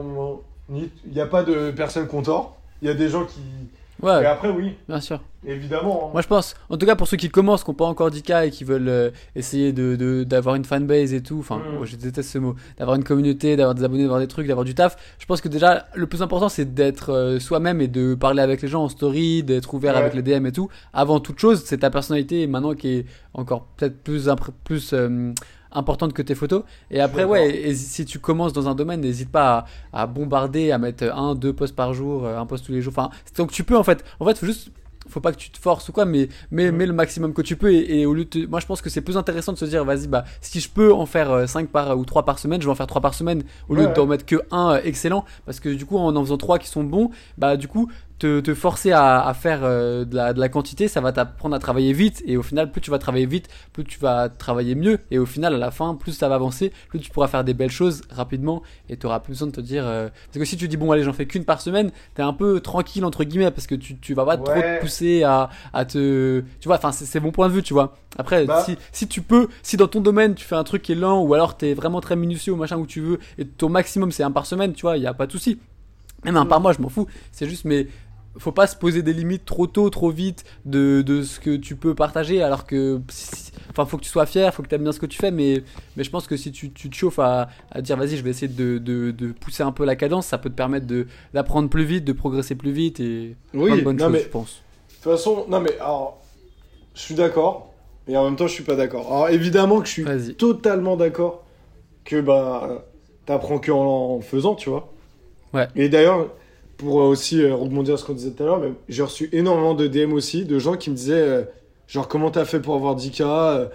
il n'y a pas de personne qui ont tort. Il y a des gens qui. Et Ouais, après, oui, bien sûr. évidemment. Hein. Moi, je pense, en tout cas, pour ceux qui commencent, qui n'ont pas encore 10K et qui veulent essayer d'avoir une fanbase et tout, enfin, je déteste ce mot, d'avoir une communauté, d'avoir des abonnés, d'avoir des trucs, d'avoir du taf, je pense que déjà, le plus important, c'est d'être soi-même et de parler avec les gens en story, d'être ouvert Ouais. avec les DM et tout. Avant toute chose, c'est ta personnalité maintenant qui est encore peut-être plus importante que tes photos. Et après, d'accord. ouais, et si tu commences dans un domaine, n'hésite pas à bombarder, à mettre 1, 2 posts par jour, un post tous les jours. Enfin, donc tu peux en fait, faut pas que tu te forces ou quoi, mais mets le maximum que tu peux. Et au lieu moi, je pense que c'est plus intéressant de se dire, vas-y, bah, si je peux en faire 5 ou 3 par semaine, je vais en faire 3 par semaine au lieu Ouais, d'en mettre que un excellent. Parce que du coup, en faisant 3 qui sont bons, bah, du coup, te forcer à faire de la quantité, ça va t'apprendre à travailler vite. Et au final, plus tu vas travailler vite, plus tu vas travailler mieux. Et au final, à la fin, plus ça va avancer, plus tu pourras faire des belles choses rapidement. Et tu auras plus besoin de te dire. Parce que si tu dis, bon, allez, j'en fais qu'une par semaine, t'es un peu tranquille, entre guillemets, parce que tu vas pas trop te pousser à te. Tu vois, enfin, c'est mon point de vue, tu vois. Après, Bah. si tu peux, si dans ton domaine, tu fais un truc qui est lent, ou alors t'es vraiment très minutieux, ou machin, où tu veux, et ton maximum, c'est un par semaine, tu vois, il y a pas de souci. Même un par mois, je m'en fous. C'est juste, mais faut pas se poser des limites trop tôt, trop vite de ce que tu peux partager, alors que enfin, faut que tu sois fier, faut que tu aimes bien ce que tu fais, mais je pense que si tu te chauffes à dire vas-y, je vais essayer de pousser un peu la cadence, ça peut te permettre d'apprendre plus vite, de progresser plus vite et plein de bonnes choses, je pense. De toute façon, non mais alors, je suis d'accord, et en même temps je suis pas d'accord. Alors évidemment que je suis totalement d'accord que bah t'apprends que en faisant, tu vois. Ouais. Et d'ailleurs, pour aussi rebondir sur ce qu'on disait tout à l'heure, j'ai reçu énormément de DM aussi, de gens qui me disaient genre comment t'as fait pour avoir 10K,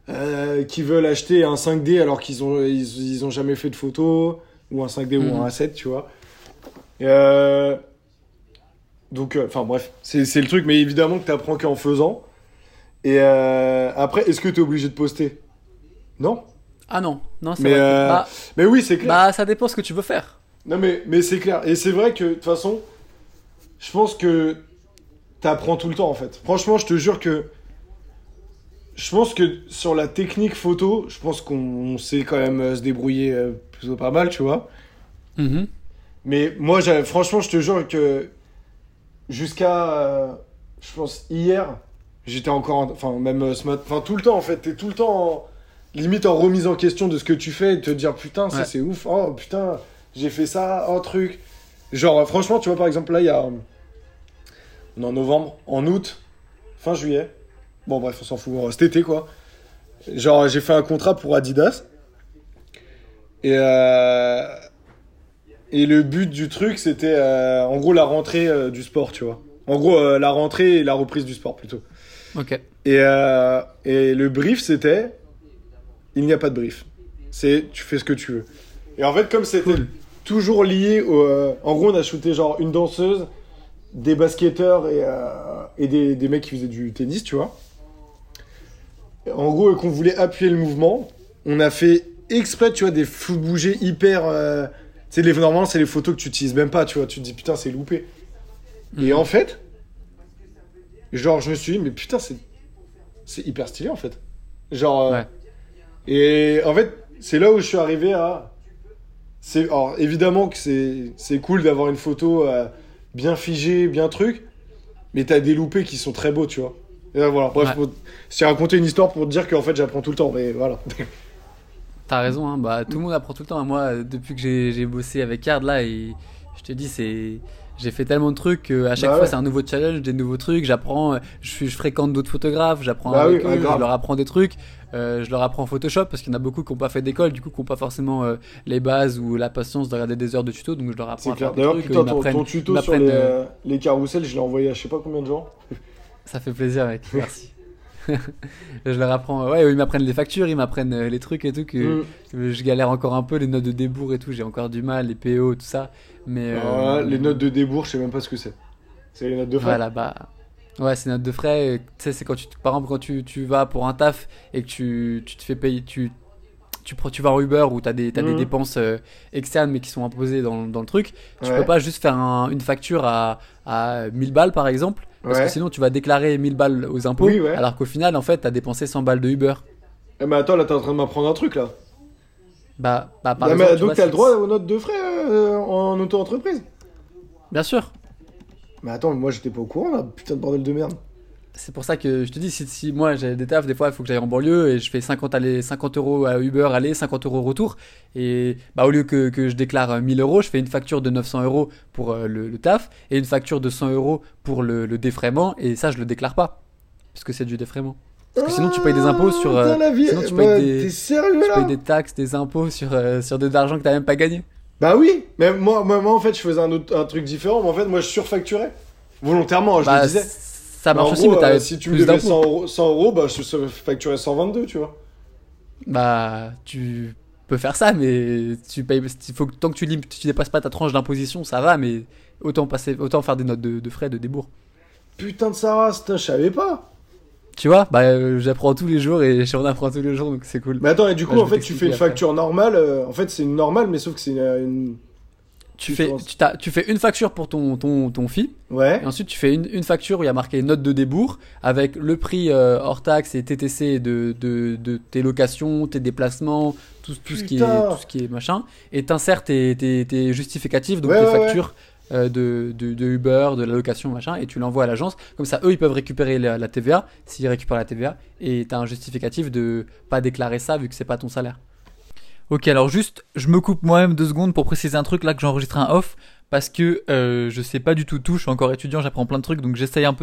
qui veulent acheter un 5D alors qu'ils ont jamais fait de photo, ou un 5D ou un A7, tu vois. Donc, enfin bref, c'est le truc, mais évidemment que t'apprends qu'en faisant. Et après, est-ce que t'es obligé de poster? Non. Ah non, c'est mais, vrai. Mais oui, c'est clair. Bah, ça dépend ce que tu veux faire. Non, mais c'est clair. Et c'est vrai que, de toute façon, je pense que t'apprends tout le temps, en fait. Franchement, je te jure que... Je pense que sur la technique photo, je pense qu'on sait quand même se débrouiller plutôt pas mal, tu vois. Mm-hmm. Mais moi, franchement, je te jure que jusqu'à, je pense, hier, j'étais encore... Enfin, même ce matin... Enfin, tout le temps, en fait. T'es tout le temps, limite, en remise en question de ce que tu fais et te dire, putain, ça, c'est ouf. Oh, putain, j'ai fait ça, oh, truc. Genre, franchement, tu vois, par exemple, là, il y a... On est en novembre, en août, fin juillet. Bon, bref, on s'en fout. Cet été, quoi. Genre, j'ai fait un contrat pour Adidas. Et le but du truc, c'était, en gros, la rentrée du sport, tu vois. En gros, la rentrée et la reprise du sport, plutôt. Ok. Et le brief, c'était... Il n'y a pas de brief. C'est, tu fais ce que tu veux. Et en fait, comme c'était toujours lié au... en gros, on a shooté, genre, une danseuse, des basketteurs et des mecs qui faisaient du tennis, tu vois. En gros, qu'on voulait appuyer le mouvement, on a fait exprès, tu vois, des flous bougés hyper... tu sais, normalement, c'est les photos que tu utilises même pas, tu vois. Tu te dis, putain, c'est loupé. Et en fait, genre, je me suis dit, mais putain, c'est hyper stylé, en fait. Genre... Et en fait, c'est là où je suis arrivé à... Alors, évidemment que c'est cool d'avoir une photo bien figée, bien truc, mais t'as des loupés qui sont très beaux, tu vois. Et là, voilà, bref, j'ai raconté une histoire pour te dire qu'en fait, j'apprends tout le temps, mais voilà. T'as raison, hein. Bah, tout le monde apprend tout le temps. Moi, depuis que j'ai bossé avec Card, là, et je te dis, j'ai fait tellement de trucs qu'à chaque fois, c'est un nouveau challenge, des nouveaux trucs. J'apprends, je fréquente d'autres photographes, j'apprends avec eux, je leur apprends des trucs. Je leur apprends Photoshop parce qu'il y en a beaucoup qui n'ont pas fait d'école, du coup, qui n'ont pas forcément les bases ou la patience de regarder des heures de tuto. Donc, je leur apprends à faire des trucs. D'ailleurs, putain, ton tuto sur les carousels, je l'ai envoyé à je sais pas combien de gens. Ça fait plaisir, mec. Merci. Je leur apprends, ils m'apprennent les factures, ils m'apprennent les trucs et tout, que je galère encore un peu, les notes de débours et tout, j'ai encore du mal, les PO, tout ça. Mais les notes de débours, je sais même pas ce que c'est. C'est les notes de frais. Voilà, bah. Ouais, c'est notes de frais. Tu sais, c'est quand par exemple, quand tu vas pour un taf et que tu te fais payer, tu vas en Uber où tu as des dépenses externes mais qui sont imposées dans le truc, tu peux pas juste faire une facture à 1000 balles par exemple, parce que sinon tu vas déclarer 1000 balles aux impôts, alors qu'au final en fait tu as dépensé 100 balles de Uber. Mais attends, là t'es en train de m'apprendre un truc là. Bah par exemple, donc t'as le droit aux notes de frais en auto-entreprise? Bien sûr. Mais attends, moi j'étais pas au courant là, putain de bordel de merde. C'est pour ça que je te dis, si moi j'ai des tafs, des fois il faut que j'aille en banlieue et je fais 50 € à Uber aller, 50 € retour. Et bah, au lieu que je déclare 1000 €, je fais une facture de 900 € pour le taf et une facture de 100 € pour le défraiement. Et ça, je le déclare pas, puisque c'est du défraiement. Parce que sinon tu payes des impôts sur. Sinon tu payes des taxes, des impôts sur de l'argent que t'as même pas gagné. Bah oui, mais moi en fait je faisais un truc différent, mais en fait moi je surfacturais. Volontairement, je le disais. Ça marche aussi, mais t'avais si tu me devais 100 €, bah je facturais 122, tu vois. Bah, tu peux faire ça, mais tu payes. Tant que tu dépasses pas ta tranche d'imposition, ça va, mais autant faire des notes de frais de débours. Putain de Sarah, je savais pas. Tu vois, bah j'apprends tous les jours et on apprend tous les jours, donc c'est cool. Mais attends, et du coup, en fait, tu fais une facture normale. En fait, c'est une normale, mais sauf que c'est une... Tu fais une facture pour ton fee. Ouais. Et ensuite, tu fais une facture où il y a marqué note de débours avec le prix hors taxe et TTC de tes locations, tes déplacements, tout ce qui est machin. Et t'insères tes justificatifs, donc tes factures de Uber, de la location, machin, et tu l'envoies à l'agence. Comme ça, eux, ils peuvent récupérer la TVA, s'ils récupèrent la TVA, et t'as un justificatif de pas déclarer ça vu que c'est pas ton salaire. Ok, alors juste, je me coupe moi-même 2 secondes pour préciser un truc là que j'enregistre un off parce que je sais pas du tout, je suis encore étudiant, j'apprends plein de trucs, donc j'essaye un peu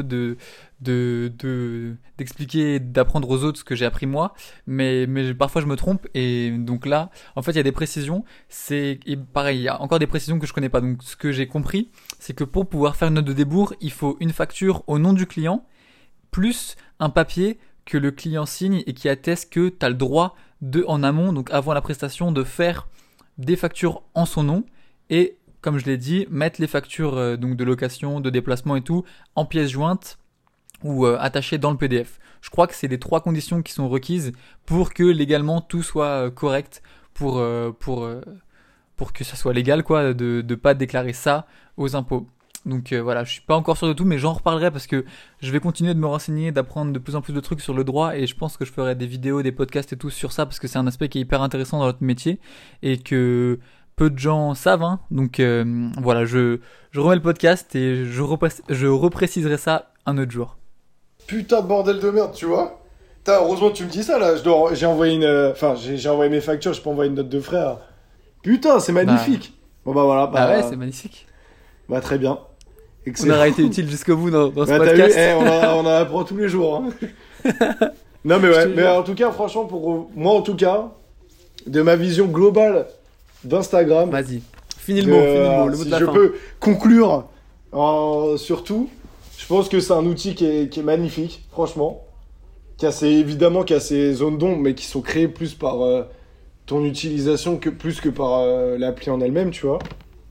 d'expliquer, d'apprendre aux autres ce que j'ai appris moi, mais parfois je me trompe et donc là, en fait, il y a des précisions, et pareil, il y a encore des précisions que je connais pas, donc ce que j'ai compris, c'est que pour pouvoir faire une note de débours, il faut une facture au nom du client plus un papier que le client signe et qui atteste que tu as le droit en amont, donc avant la prestation, de faire des factures en son nom et, comme je l'ai dit, mettre les factures donc de location, de déplacement et tout en pièces jointes ou attaché dans le PDF. Je crois que c'est les 3 conditions qui sont requises pour que légalement tout soit correct, pour que ça soit légal, quoi, de pas déclarer ça aux impôts. Donc voilà, je suis pas encore sûr de tout, mais j'en reparlerai parce que je vais continuer de me renseigner, d'apprendre de plus en plus de trucs sur le droit, et je pense que je ferai des vidéos, des podcasts et tout sur ça parce que c'est un aspect qui est hyper intéressant dans notre métier et que peu de gens savent, hein. Donc voilà, je remets le podcast et je repréciserai ça un autre jour. Putain de bordel de merde, tu vois. Heureusement que tu me dis ça là. J'ai envoyé j'ai envoyé mes factures, je peux envoyer une note de frais. Putain, c'est magnifique. Bon bah voilà. Ah ouais, c'est magnifique. Bah très bien. Excellent. On aura été utile jusqu'au bout dans ce podcast. On en apprend tous les jours. Hein. Non mais ouais, mais en tout cas, franchement, pour moi en tout cas, de ma vision globale d'Instagram. Vas-y. Finis le mot, le mot de la fin. Si je peux conclure sur tout, je pense que c'est un outil qui est magnifique, franchement. Qui a ses zones d'ombre, mais qui sont créées plus par ton utilisation plus que par l'appli en elle-même, tu vois.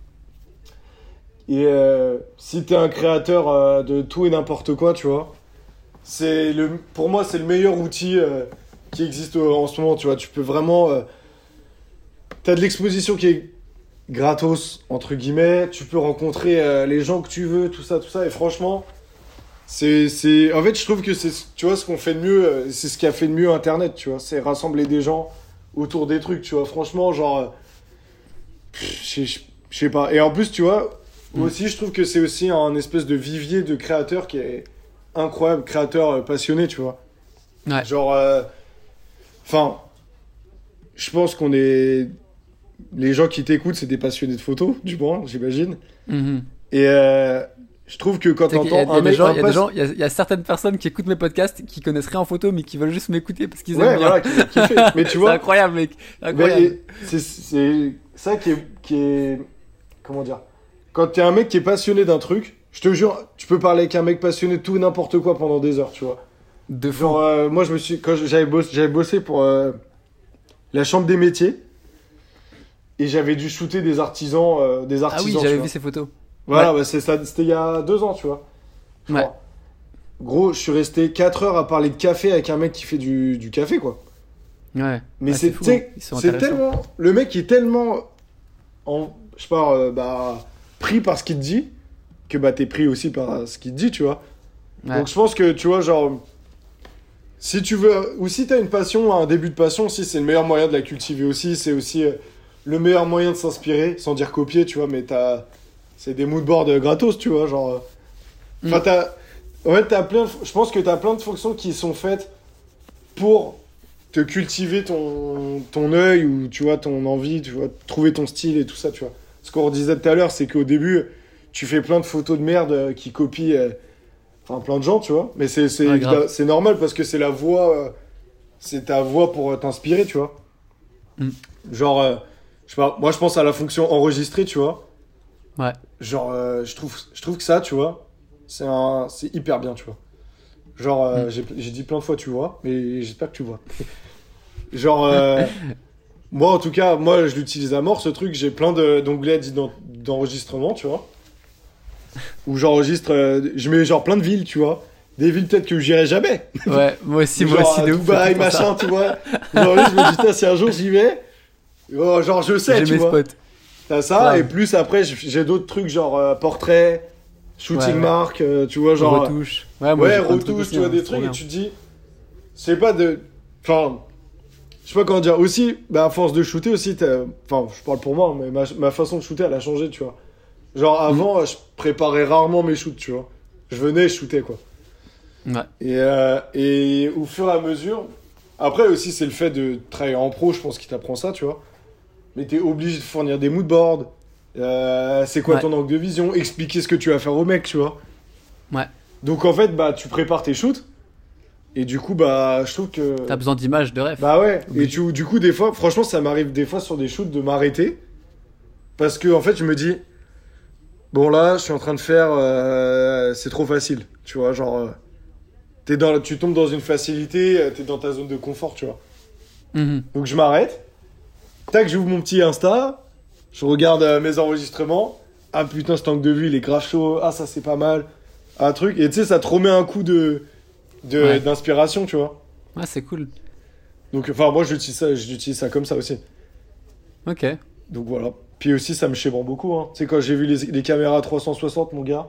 Et si t'es un créateur de tout et n'importe quoi, tu vois, pour moi, c'est le meilleur outil qui existe en ce moment, tu vois. Tu peux vraiment... t'as de l'exposition qui est gratos, entre guillemets. Tu peux rencontrer les gens que tu veux, tout ça. Et franchement, en fait, je trouve que c'est, tu vois, ce qu'on fait de mieux, c'est ce qui a fait de mieux Internet, tu vois. C'est rassembler des gens autour des trucs, tu vois. Franchement, genre... je sais pas. Et en plus, tu vois... Aussi, je trouve que c'est aussi un espèce de vivier de créateurs qui est incroyable, créateurs passionnés, tu vois. Ouais. Genre, je pense qu'on est... Les gens qui t'écoutent, c'est des passionnés de photos, du moins, j'imagine. Mm-hmm. Et je trouve que quand t'entends un mec... Il y a certaines personnes qui écoutent mes podcasts qui connaissent rien en photo, mais qui veulent juste m'écouter parce qu'ils aiment bien. Voilà, qui fait. Mais tu vois... C'est incroyable, mec. Incroyable. Mais c'est ça qui est... Comment dire ? Quand t'es un mec qui est passionné d'un truc, je te jure, tu peux parler avec un mec passionné de tout et n'importe quoi pendant des heures, tu vois. De fou. Genre, moi, quand j'avais bossé pour la Chambre des métiers, et j'avais dû shooter des artisans. Ah oui, j'avais vu ces photos. Voilà, ouais. Bah, c'était il y a 2 ans, tu vois. Ouais. Gros, je suis resté 4 heures à parler de café avec un mec qui fait du café, quoi. Ouais. Mais c'est tellement... Le mec est tellement... pris par ce qu'il te dit, que bah t'es pris aussi par ce qu'il te dit, tu vois. Ouais. Donc je pense que, tu vois, genre, si tu veux, ou si t'as une passion, un début de passion aussi, c'est le meilleur moyen de la cultiver aussi, c'est aussi le meilleur moyen de s'inspirer, sans dire copier, tu vois, mais c'est des moodboards gratos, tu vois, genre... Enfin, je pense que t'as plein de fonctions qui sont faites pour te cultiver ton œil, ou, tu vois, ton envie, tu vois, trouver ton style et tout ça, tu vois. Ce qu'on disait tout à l'heure, c'est qu'au début, tu fais plein de photos de merde qui copient plein de gens, tu vois. Mais c'est normal parce que c'est la voix, c'est ta voix pour t'inspirer, tu vois. Genre, je sais pas, moi je pense à la fonction enregistrer, tu vois. Ouais. Genre, je trouve que ça, tu vois, c'est hyper bien, tu vois. Genre, j'ai dit plein de fois, tu vois, mais j'espère que tu vois. Genre... Moi, en tout cas, je l'utilise à mort, ce truc. J'ai plein d'onglets d'enregistrement, tu vois. Où j'enregistre... je mets genre plein de villes, tu vois. Des villes peut-être que j'irai jamais. Ouais, moi aussi, de ouf. Dubaï, machin, tu vois. Genre, je me dis, si un jour j'y vais... genre, je sais, j'ai tu mes vois. spots. T'as ça, ouais. Et plus après, j'ai d'autres trucs, genre portrait, shooting mark, tu vois, genre... Retouche. Retouche, tu vois, des trucs, et tu te dis... C'est pas de... Enfin... Je sais pas comment dire. Aussi, à force de shooter aussi, enfin, je parle pour moi, mais ma façon de shooter, elle a changé, tu vois. Genre, avant, je préparais rarement mes shoots, tu vois. Je venais, je shootais, quoi. Ouais. Et au fur et à mesure... Après, aussi, c'est le fait de travailler en pro, je pense, qui t'apprend ça, tu vois. Mais t'es obligé de fournir des moodboards. C'est quoi ton angle de vision, expliquer ce que tu vas faire au mec, tu vois. Ouais. Donc, en fait, tu prépares tes shoots. Et du coup, je trouve que... T'as besoin d'images, de rêve. Bah ouais. Et du coup, des fois, franchement, ça m'arrive des fois sur des shoots de m'arrêter. Parce que, en fait, je me dis... Bon, là, je suis en train de faire... c'est trop facile. Tu vois, genre... tu tombes dans une facilité, t'es dans ta zone de confort, tu vois. Donc, je m'arrête. Tac, j'ouvre mon petit Insta. Je regarde mes enregistrements. Ah putain, cet angle de vue, il est grave chaud. Ah, ça, c'est pas mal. un truc. Et tu sais, ça te remet un coup d'inspiration, tu vois. Ouais, c'est cool. Donc, enfin, moi, j'utilise ça comme ça aussi. Ok. Donc voilà. Puis aussi, ça me chébranle beaucoup. Hein. Tu sais, quand j'ai vu les caméras 360, mon gars.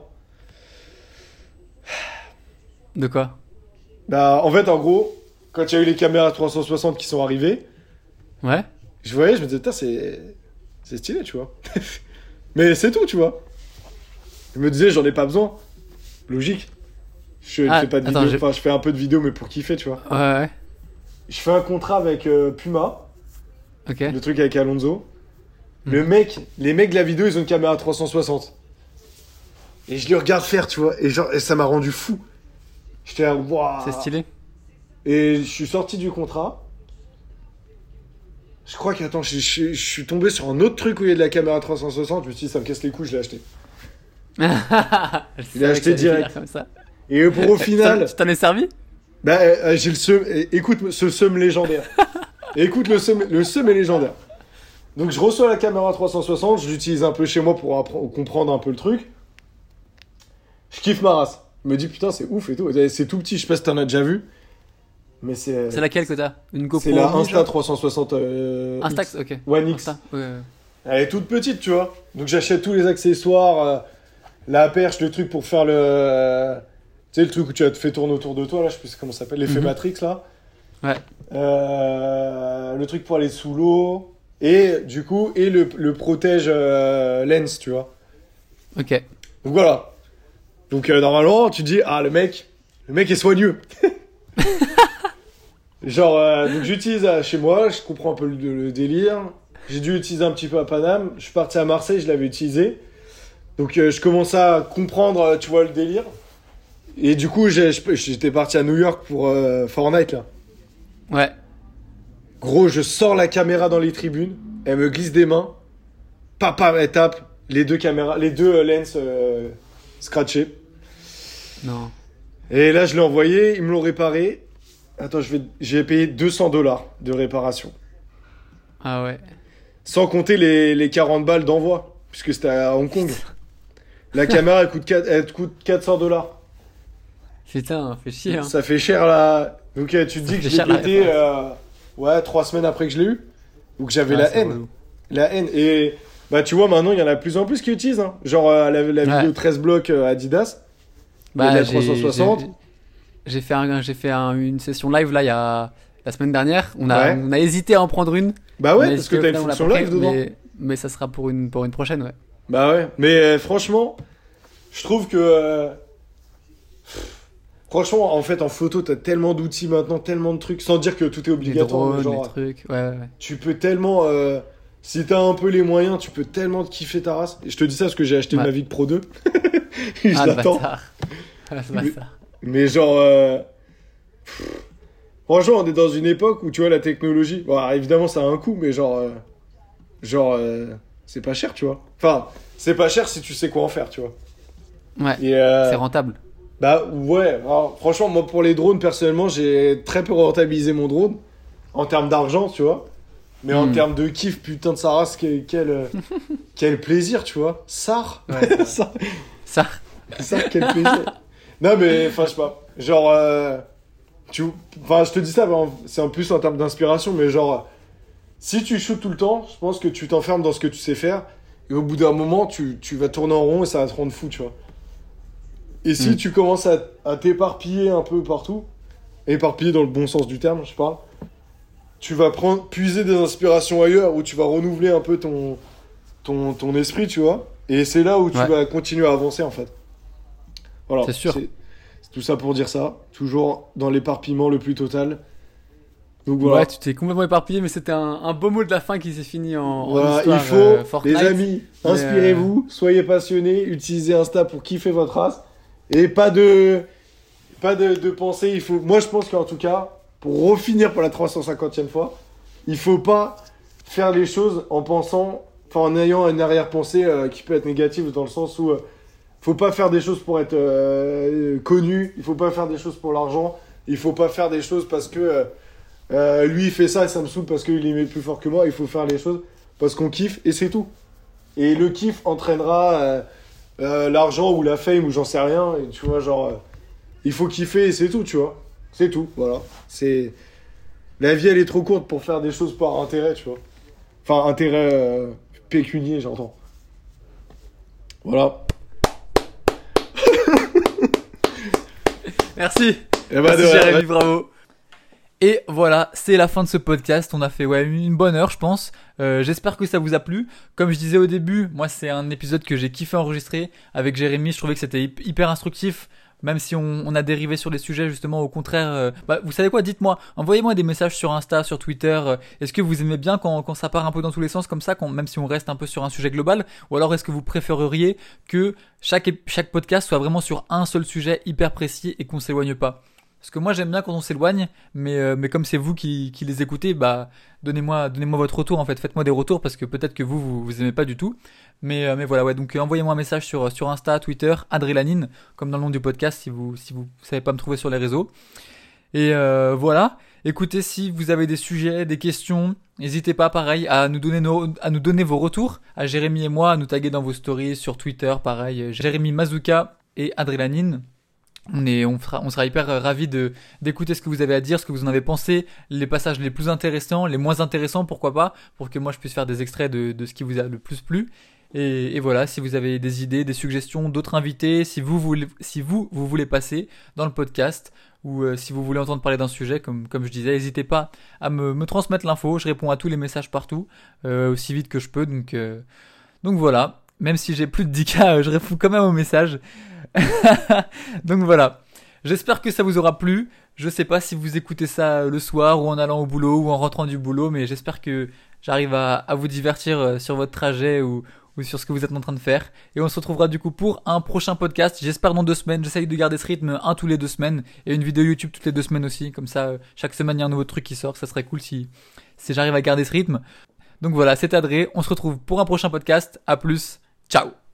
De quoi? Bah, en fait, en gros, quand il y a eu les caméras 360 qui sont arrivées, ouais. Je me disais, putain, c'est stylé, tu vois. Mais c'est tout, tu vois. Je me disais, j'en ai pas besoin. Logique. Je fais pas de vidéo, enfin, je fais un peu de vidéo, mais pour kiffer, tu vois. Ouais. Je fais un contrat avec Puma. Ok. Le truc avec Alonso. Les mecs de la vidéo, ils ont une caméra 360. Et je les regarde faire, tu vois. Et ça m'a rendu fou. J'étais là, waouh. C'est stylé. Et je suis sorti du contrat. Je crois que, attends, je suis tombé sur un autre truc où il y a de la caméra 360. Je me suis dit, ça me casse les couilles, je l'ai acheté. Il a acheté direct. Comme ça. Et pour au final. Tu t'en es servi? Bah, j'ai le seum. Écoute ce seum légendaire. Écoute, le seum est légendaire. Donc, je reçois la caméra 360. Je l'utilise un peu chez moi pour comprendre un peu le truc. Je kiffe ma race. Je me dis, putain, c'est ouf et tout. C'est tout petit, je sais pas si t'en as déjà vu. Mais c'est laquelle que t'as? Une GoPro? C'est la Insta 360. Instax, ok. One X. Ouais. Elle est toute petite, tu vois. Donc j'achète tous les accessoires, la perche, le truc pour faire le. Tu sais, le truc où tu as fait tourner autour de toi, là, je sais plus comment ça s'appelle, l'effet Matrix, là. Ouais. Le truc pour aller sous l'eau. Et du coup, le protège lens, tu vois. Ok. Donc voilà. Donc normalement, tu te dis, ah, le mec est soigneux. Genre, donc j'utilise chez moi, je comprends un peu le délire. J'ai dû utiliser un petit peu à Paname. Je suis parti à Marseille, je l'avais utilisé. Donc je commence à comprendre, tu vois, le délire. Et du coup, j'étais parti à New York pour Fortnite, là. Ouais. Gros, je sors la caméra dans les tribunes. Elle me glisse des mains. Papa, elle tape. Les deux lens scratchés. Non. Et là, je l'ai envoyé, ils me l'ont réparé. Attends, j'ai payé $200 de réparation. Ah ouais. Sans compter les 40 balles d'envoi, puisque c'était à Hong Kong. La caméra, elle coûte $400. Putain, fait chier, hein. Ça fait cher, là. Donc, tu te dis que je l'ai pété 3 semaines après que je l'ai eu. Donc, j'avais la haine. Relou. La haine. Et, bah, tu vois, maintenant, il y en a de plus en plus qui utilisent. Hein. Genre, la vidéo 13 blocs Adidas. Bah, la 360. J'ai fait une session live, là, la semaine dernière. On a hésité à en prendre une. Bah ouais, parce que t'as une fonction live dedans. Mais ça sera pour une prochaine, ouais. Bah ouais, mais franchement, je trouve que... franchement, en fait, en photo, t'as tellement d'outils maintenant, tellement de trucs, sans dire que tout est obligatoire. Les drones, genre, les trucs, ouais. Tu peux tellement... si t'as un peu les moyens, tu peux tellement te kiffer ta race. Et je te dis ça parce que j'ai acheté ma Mavic Pro 2. Je l'attends. Mais genre... franchement, on est dans une époque où, tu vois, la technologie... Bon, évidemment, ça a un coût, mais c'est pas cher, tu vois. Enfin, c'est pas cher si tu sais quoi en faire, tu vois. Ouais, et c'est rentable. Bah ouais, alors, franchement, moi, pour les drones, personnellement, j'ai très peu rentabilisé mon drone. En termes d'argent, tu vois. Mais en termes de kiff, putain de sa race, quel plaisir, tu vois. Ouais, ça, quel plaisir. Non, mais, enfin, je sais pas. Genre... Enfin, je te dis ça, c'est en plus en termes d'inspiration, mais genre, si tu shootes tout le temps, je pense que tu t'enfermes dans ce que tu sais faire, et au bout d'un moment, tu vas tourner en rond et ça va te rendre fou, tu vois. Et si tu commences à t'éparpiller un peu partout, éparpiller dans le bon sens du terme, je parle, tu vas puiser des inspirations ailleurs, où tu vas renouveler un peu ton esprit, tu vois, et c'est là où tu vas continuer à avancer, en fait. Voilà. C'est sûr. C'est tout ça pour dire ça, toujours dans l'éparpillement le plus total. Donc voilà. Ouais, tu t'es complètement éparpillé, mais c'était un beau mot de la fin qui s'est fini en voilà, histoire, il faut, Fortnite, les amis, inspirez-vous, soyez passionnés, utilisez Insta pour kiffer votre race, et pas de pensée, il faut... Moi, je pense qu'en tout cas, pour refinir pour la 350e fois, il faut pas faire les choses en pensant, enfin en ayant une arrière-pensée qui peut être négative, dans le sens où faut pas faire des choses pour être connu, il faut pas faire des choses pour l'argent, il faut pas faire des choses parce que lui il fait ça et ça me saoule parce qu'il est plus fort que moi. Il faut faire les choses parce qu'on kiffe et c'est tout. Et le kiff entraînera l'argent ou la fame ou j'en sais rien. Et tu vois, genre, il faut kiffer et c'est tout, tu vois. C'est tout, voilà. La vie, elle est trop courte pour faire des choses par intérêt, tu vois. Enfin, intérêt pécunier, j'entends. Voilà. Merci. Merci Jérémy, bravo. Et voilà, c'est la fin de ce podcast. On a fait une bonne heure, je pense. J'espère que ça vous a plu. Comme je disais au début, moi c'est un épisode que j'ai kiffé enregistrer avec Jérémy. Je trouvais que c'était hyper instructif. Même si on a dérivé sur les sujets, justement, au contraire, vous savez quoi, dites-moi, envoyez-moi des messages sur Insta, sur Twitter, est-ce que vous aimez bien quand ça part un peu dans tous les sens comme ça, même si on reste un peu sur un sujet global, ou alors est-ce que vous préféreriez que chaque podcast soit vraiment sur un seul sujet hyper précis et qu'on s'éloigne pas? Parce que moi j'aime bien quand on s'éloigne, mais comme c'est vous qui les écoutez, donnez-moi votre retour en fait, faites-moi des retours parce que peut-être que vous aimez pas du tout. Mais voilà, ouais, donc envoyez-moi un message sur Insta, Twitter, Adrélanine, comme dans le nom du podcast si vous savez pas me trouver sur les réseaux. Et voilà, écoutez, si vous avez des sujets, des questions, n'hésitez pas pareil à nous donner vos retours, à Jérémy et moi, à nous taguer dans vos stories sur Twitter, pareil, Jérémy Mazouka et Adrélanine. On sera hyper ravis d'écouter ce que vous avez à dire, ce que vous en avez pensé, les passages les plus intéressants, les moins intéressants, pourquoi pas, pour que moi je puisse faire des extraits de ce qui vous a le plus plu. Et voilà, si vous avez des idées, des suggestions, d'autres invités, si vous voulez passer dans le podcast, ou si vous voulez entendre parler d'un sujet, comme je disais, n'hésitez pas à me transmettre l'info, je réponds à tous les messages partout, aussi vite que je peux, donc voilà, même si j'ai plus de 10K, je réponds quand même aux messages. Donc voilà, j'espère que ça vous aura plu. Je sais pas si vous écoutez ça le soir ou en allant au boulot ou en rentrant du boulot, mais j'espère que j'arrive à vous divertir sur votre trajet ou sur ce que vous êtes en train de faire. Et on se retrouvera du coup pour un prochain podcast, j'espère dans 2 semaines. J'essaye de garder ce rythme, un tous les 2 semaines, et une vidéo YouTube toutes les 2 semaines aussi, comme ça chaque semaine il y a un nouveau truc qui sort. Ça serait cool si j'arrive à garder ce rythme. Donc voilà, c'est Adré, on se retrouve pour un prochain podcast. À plus, ciao.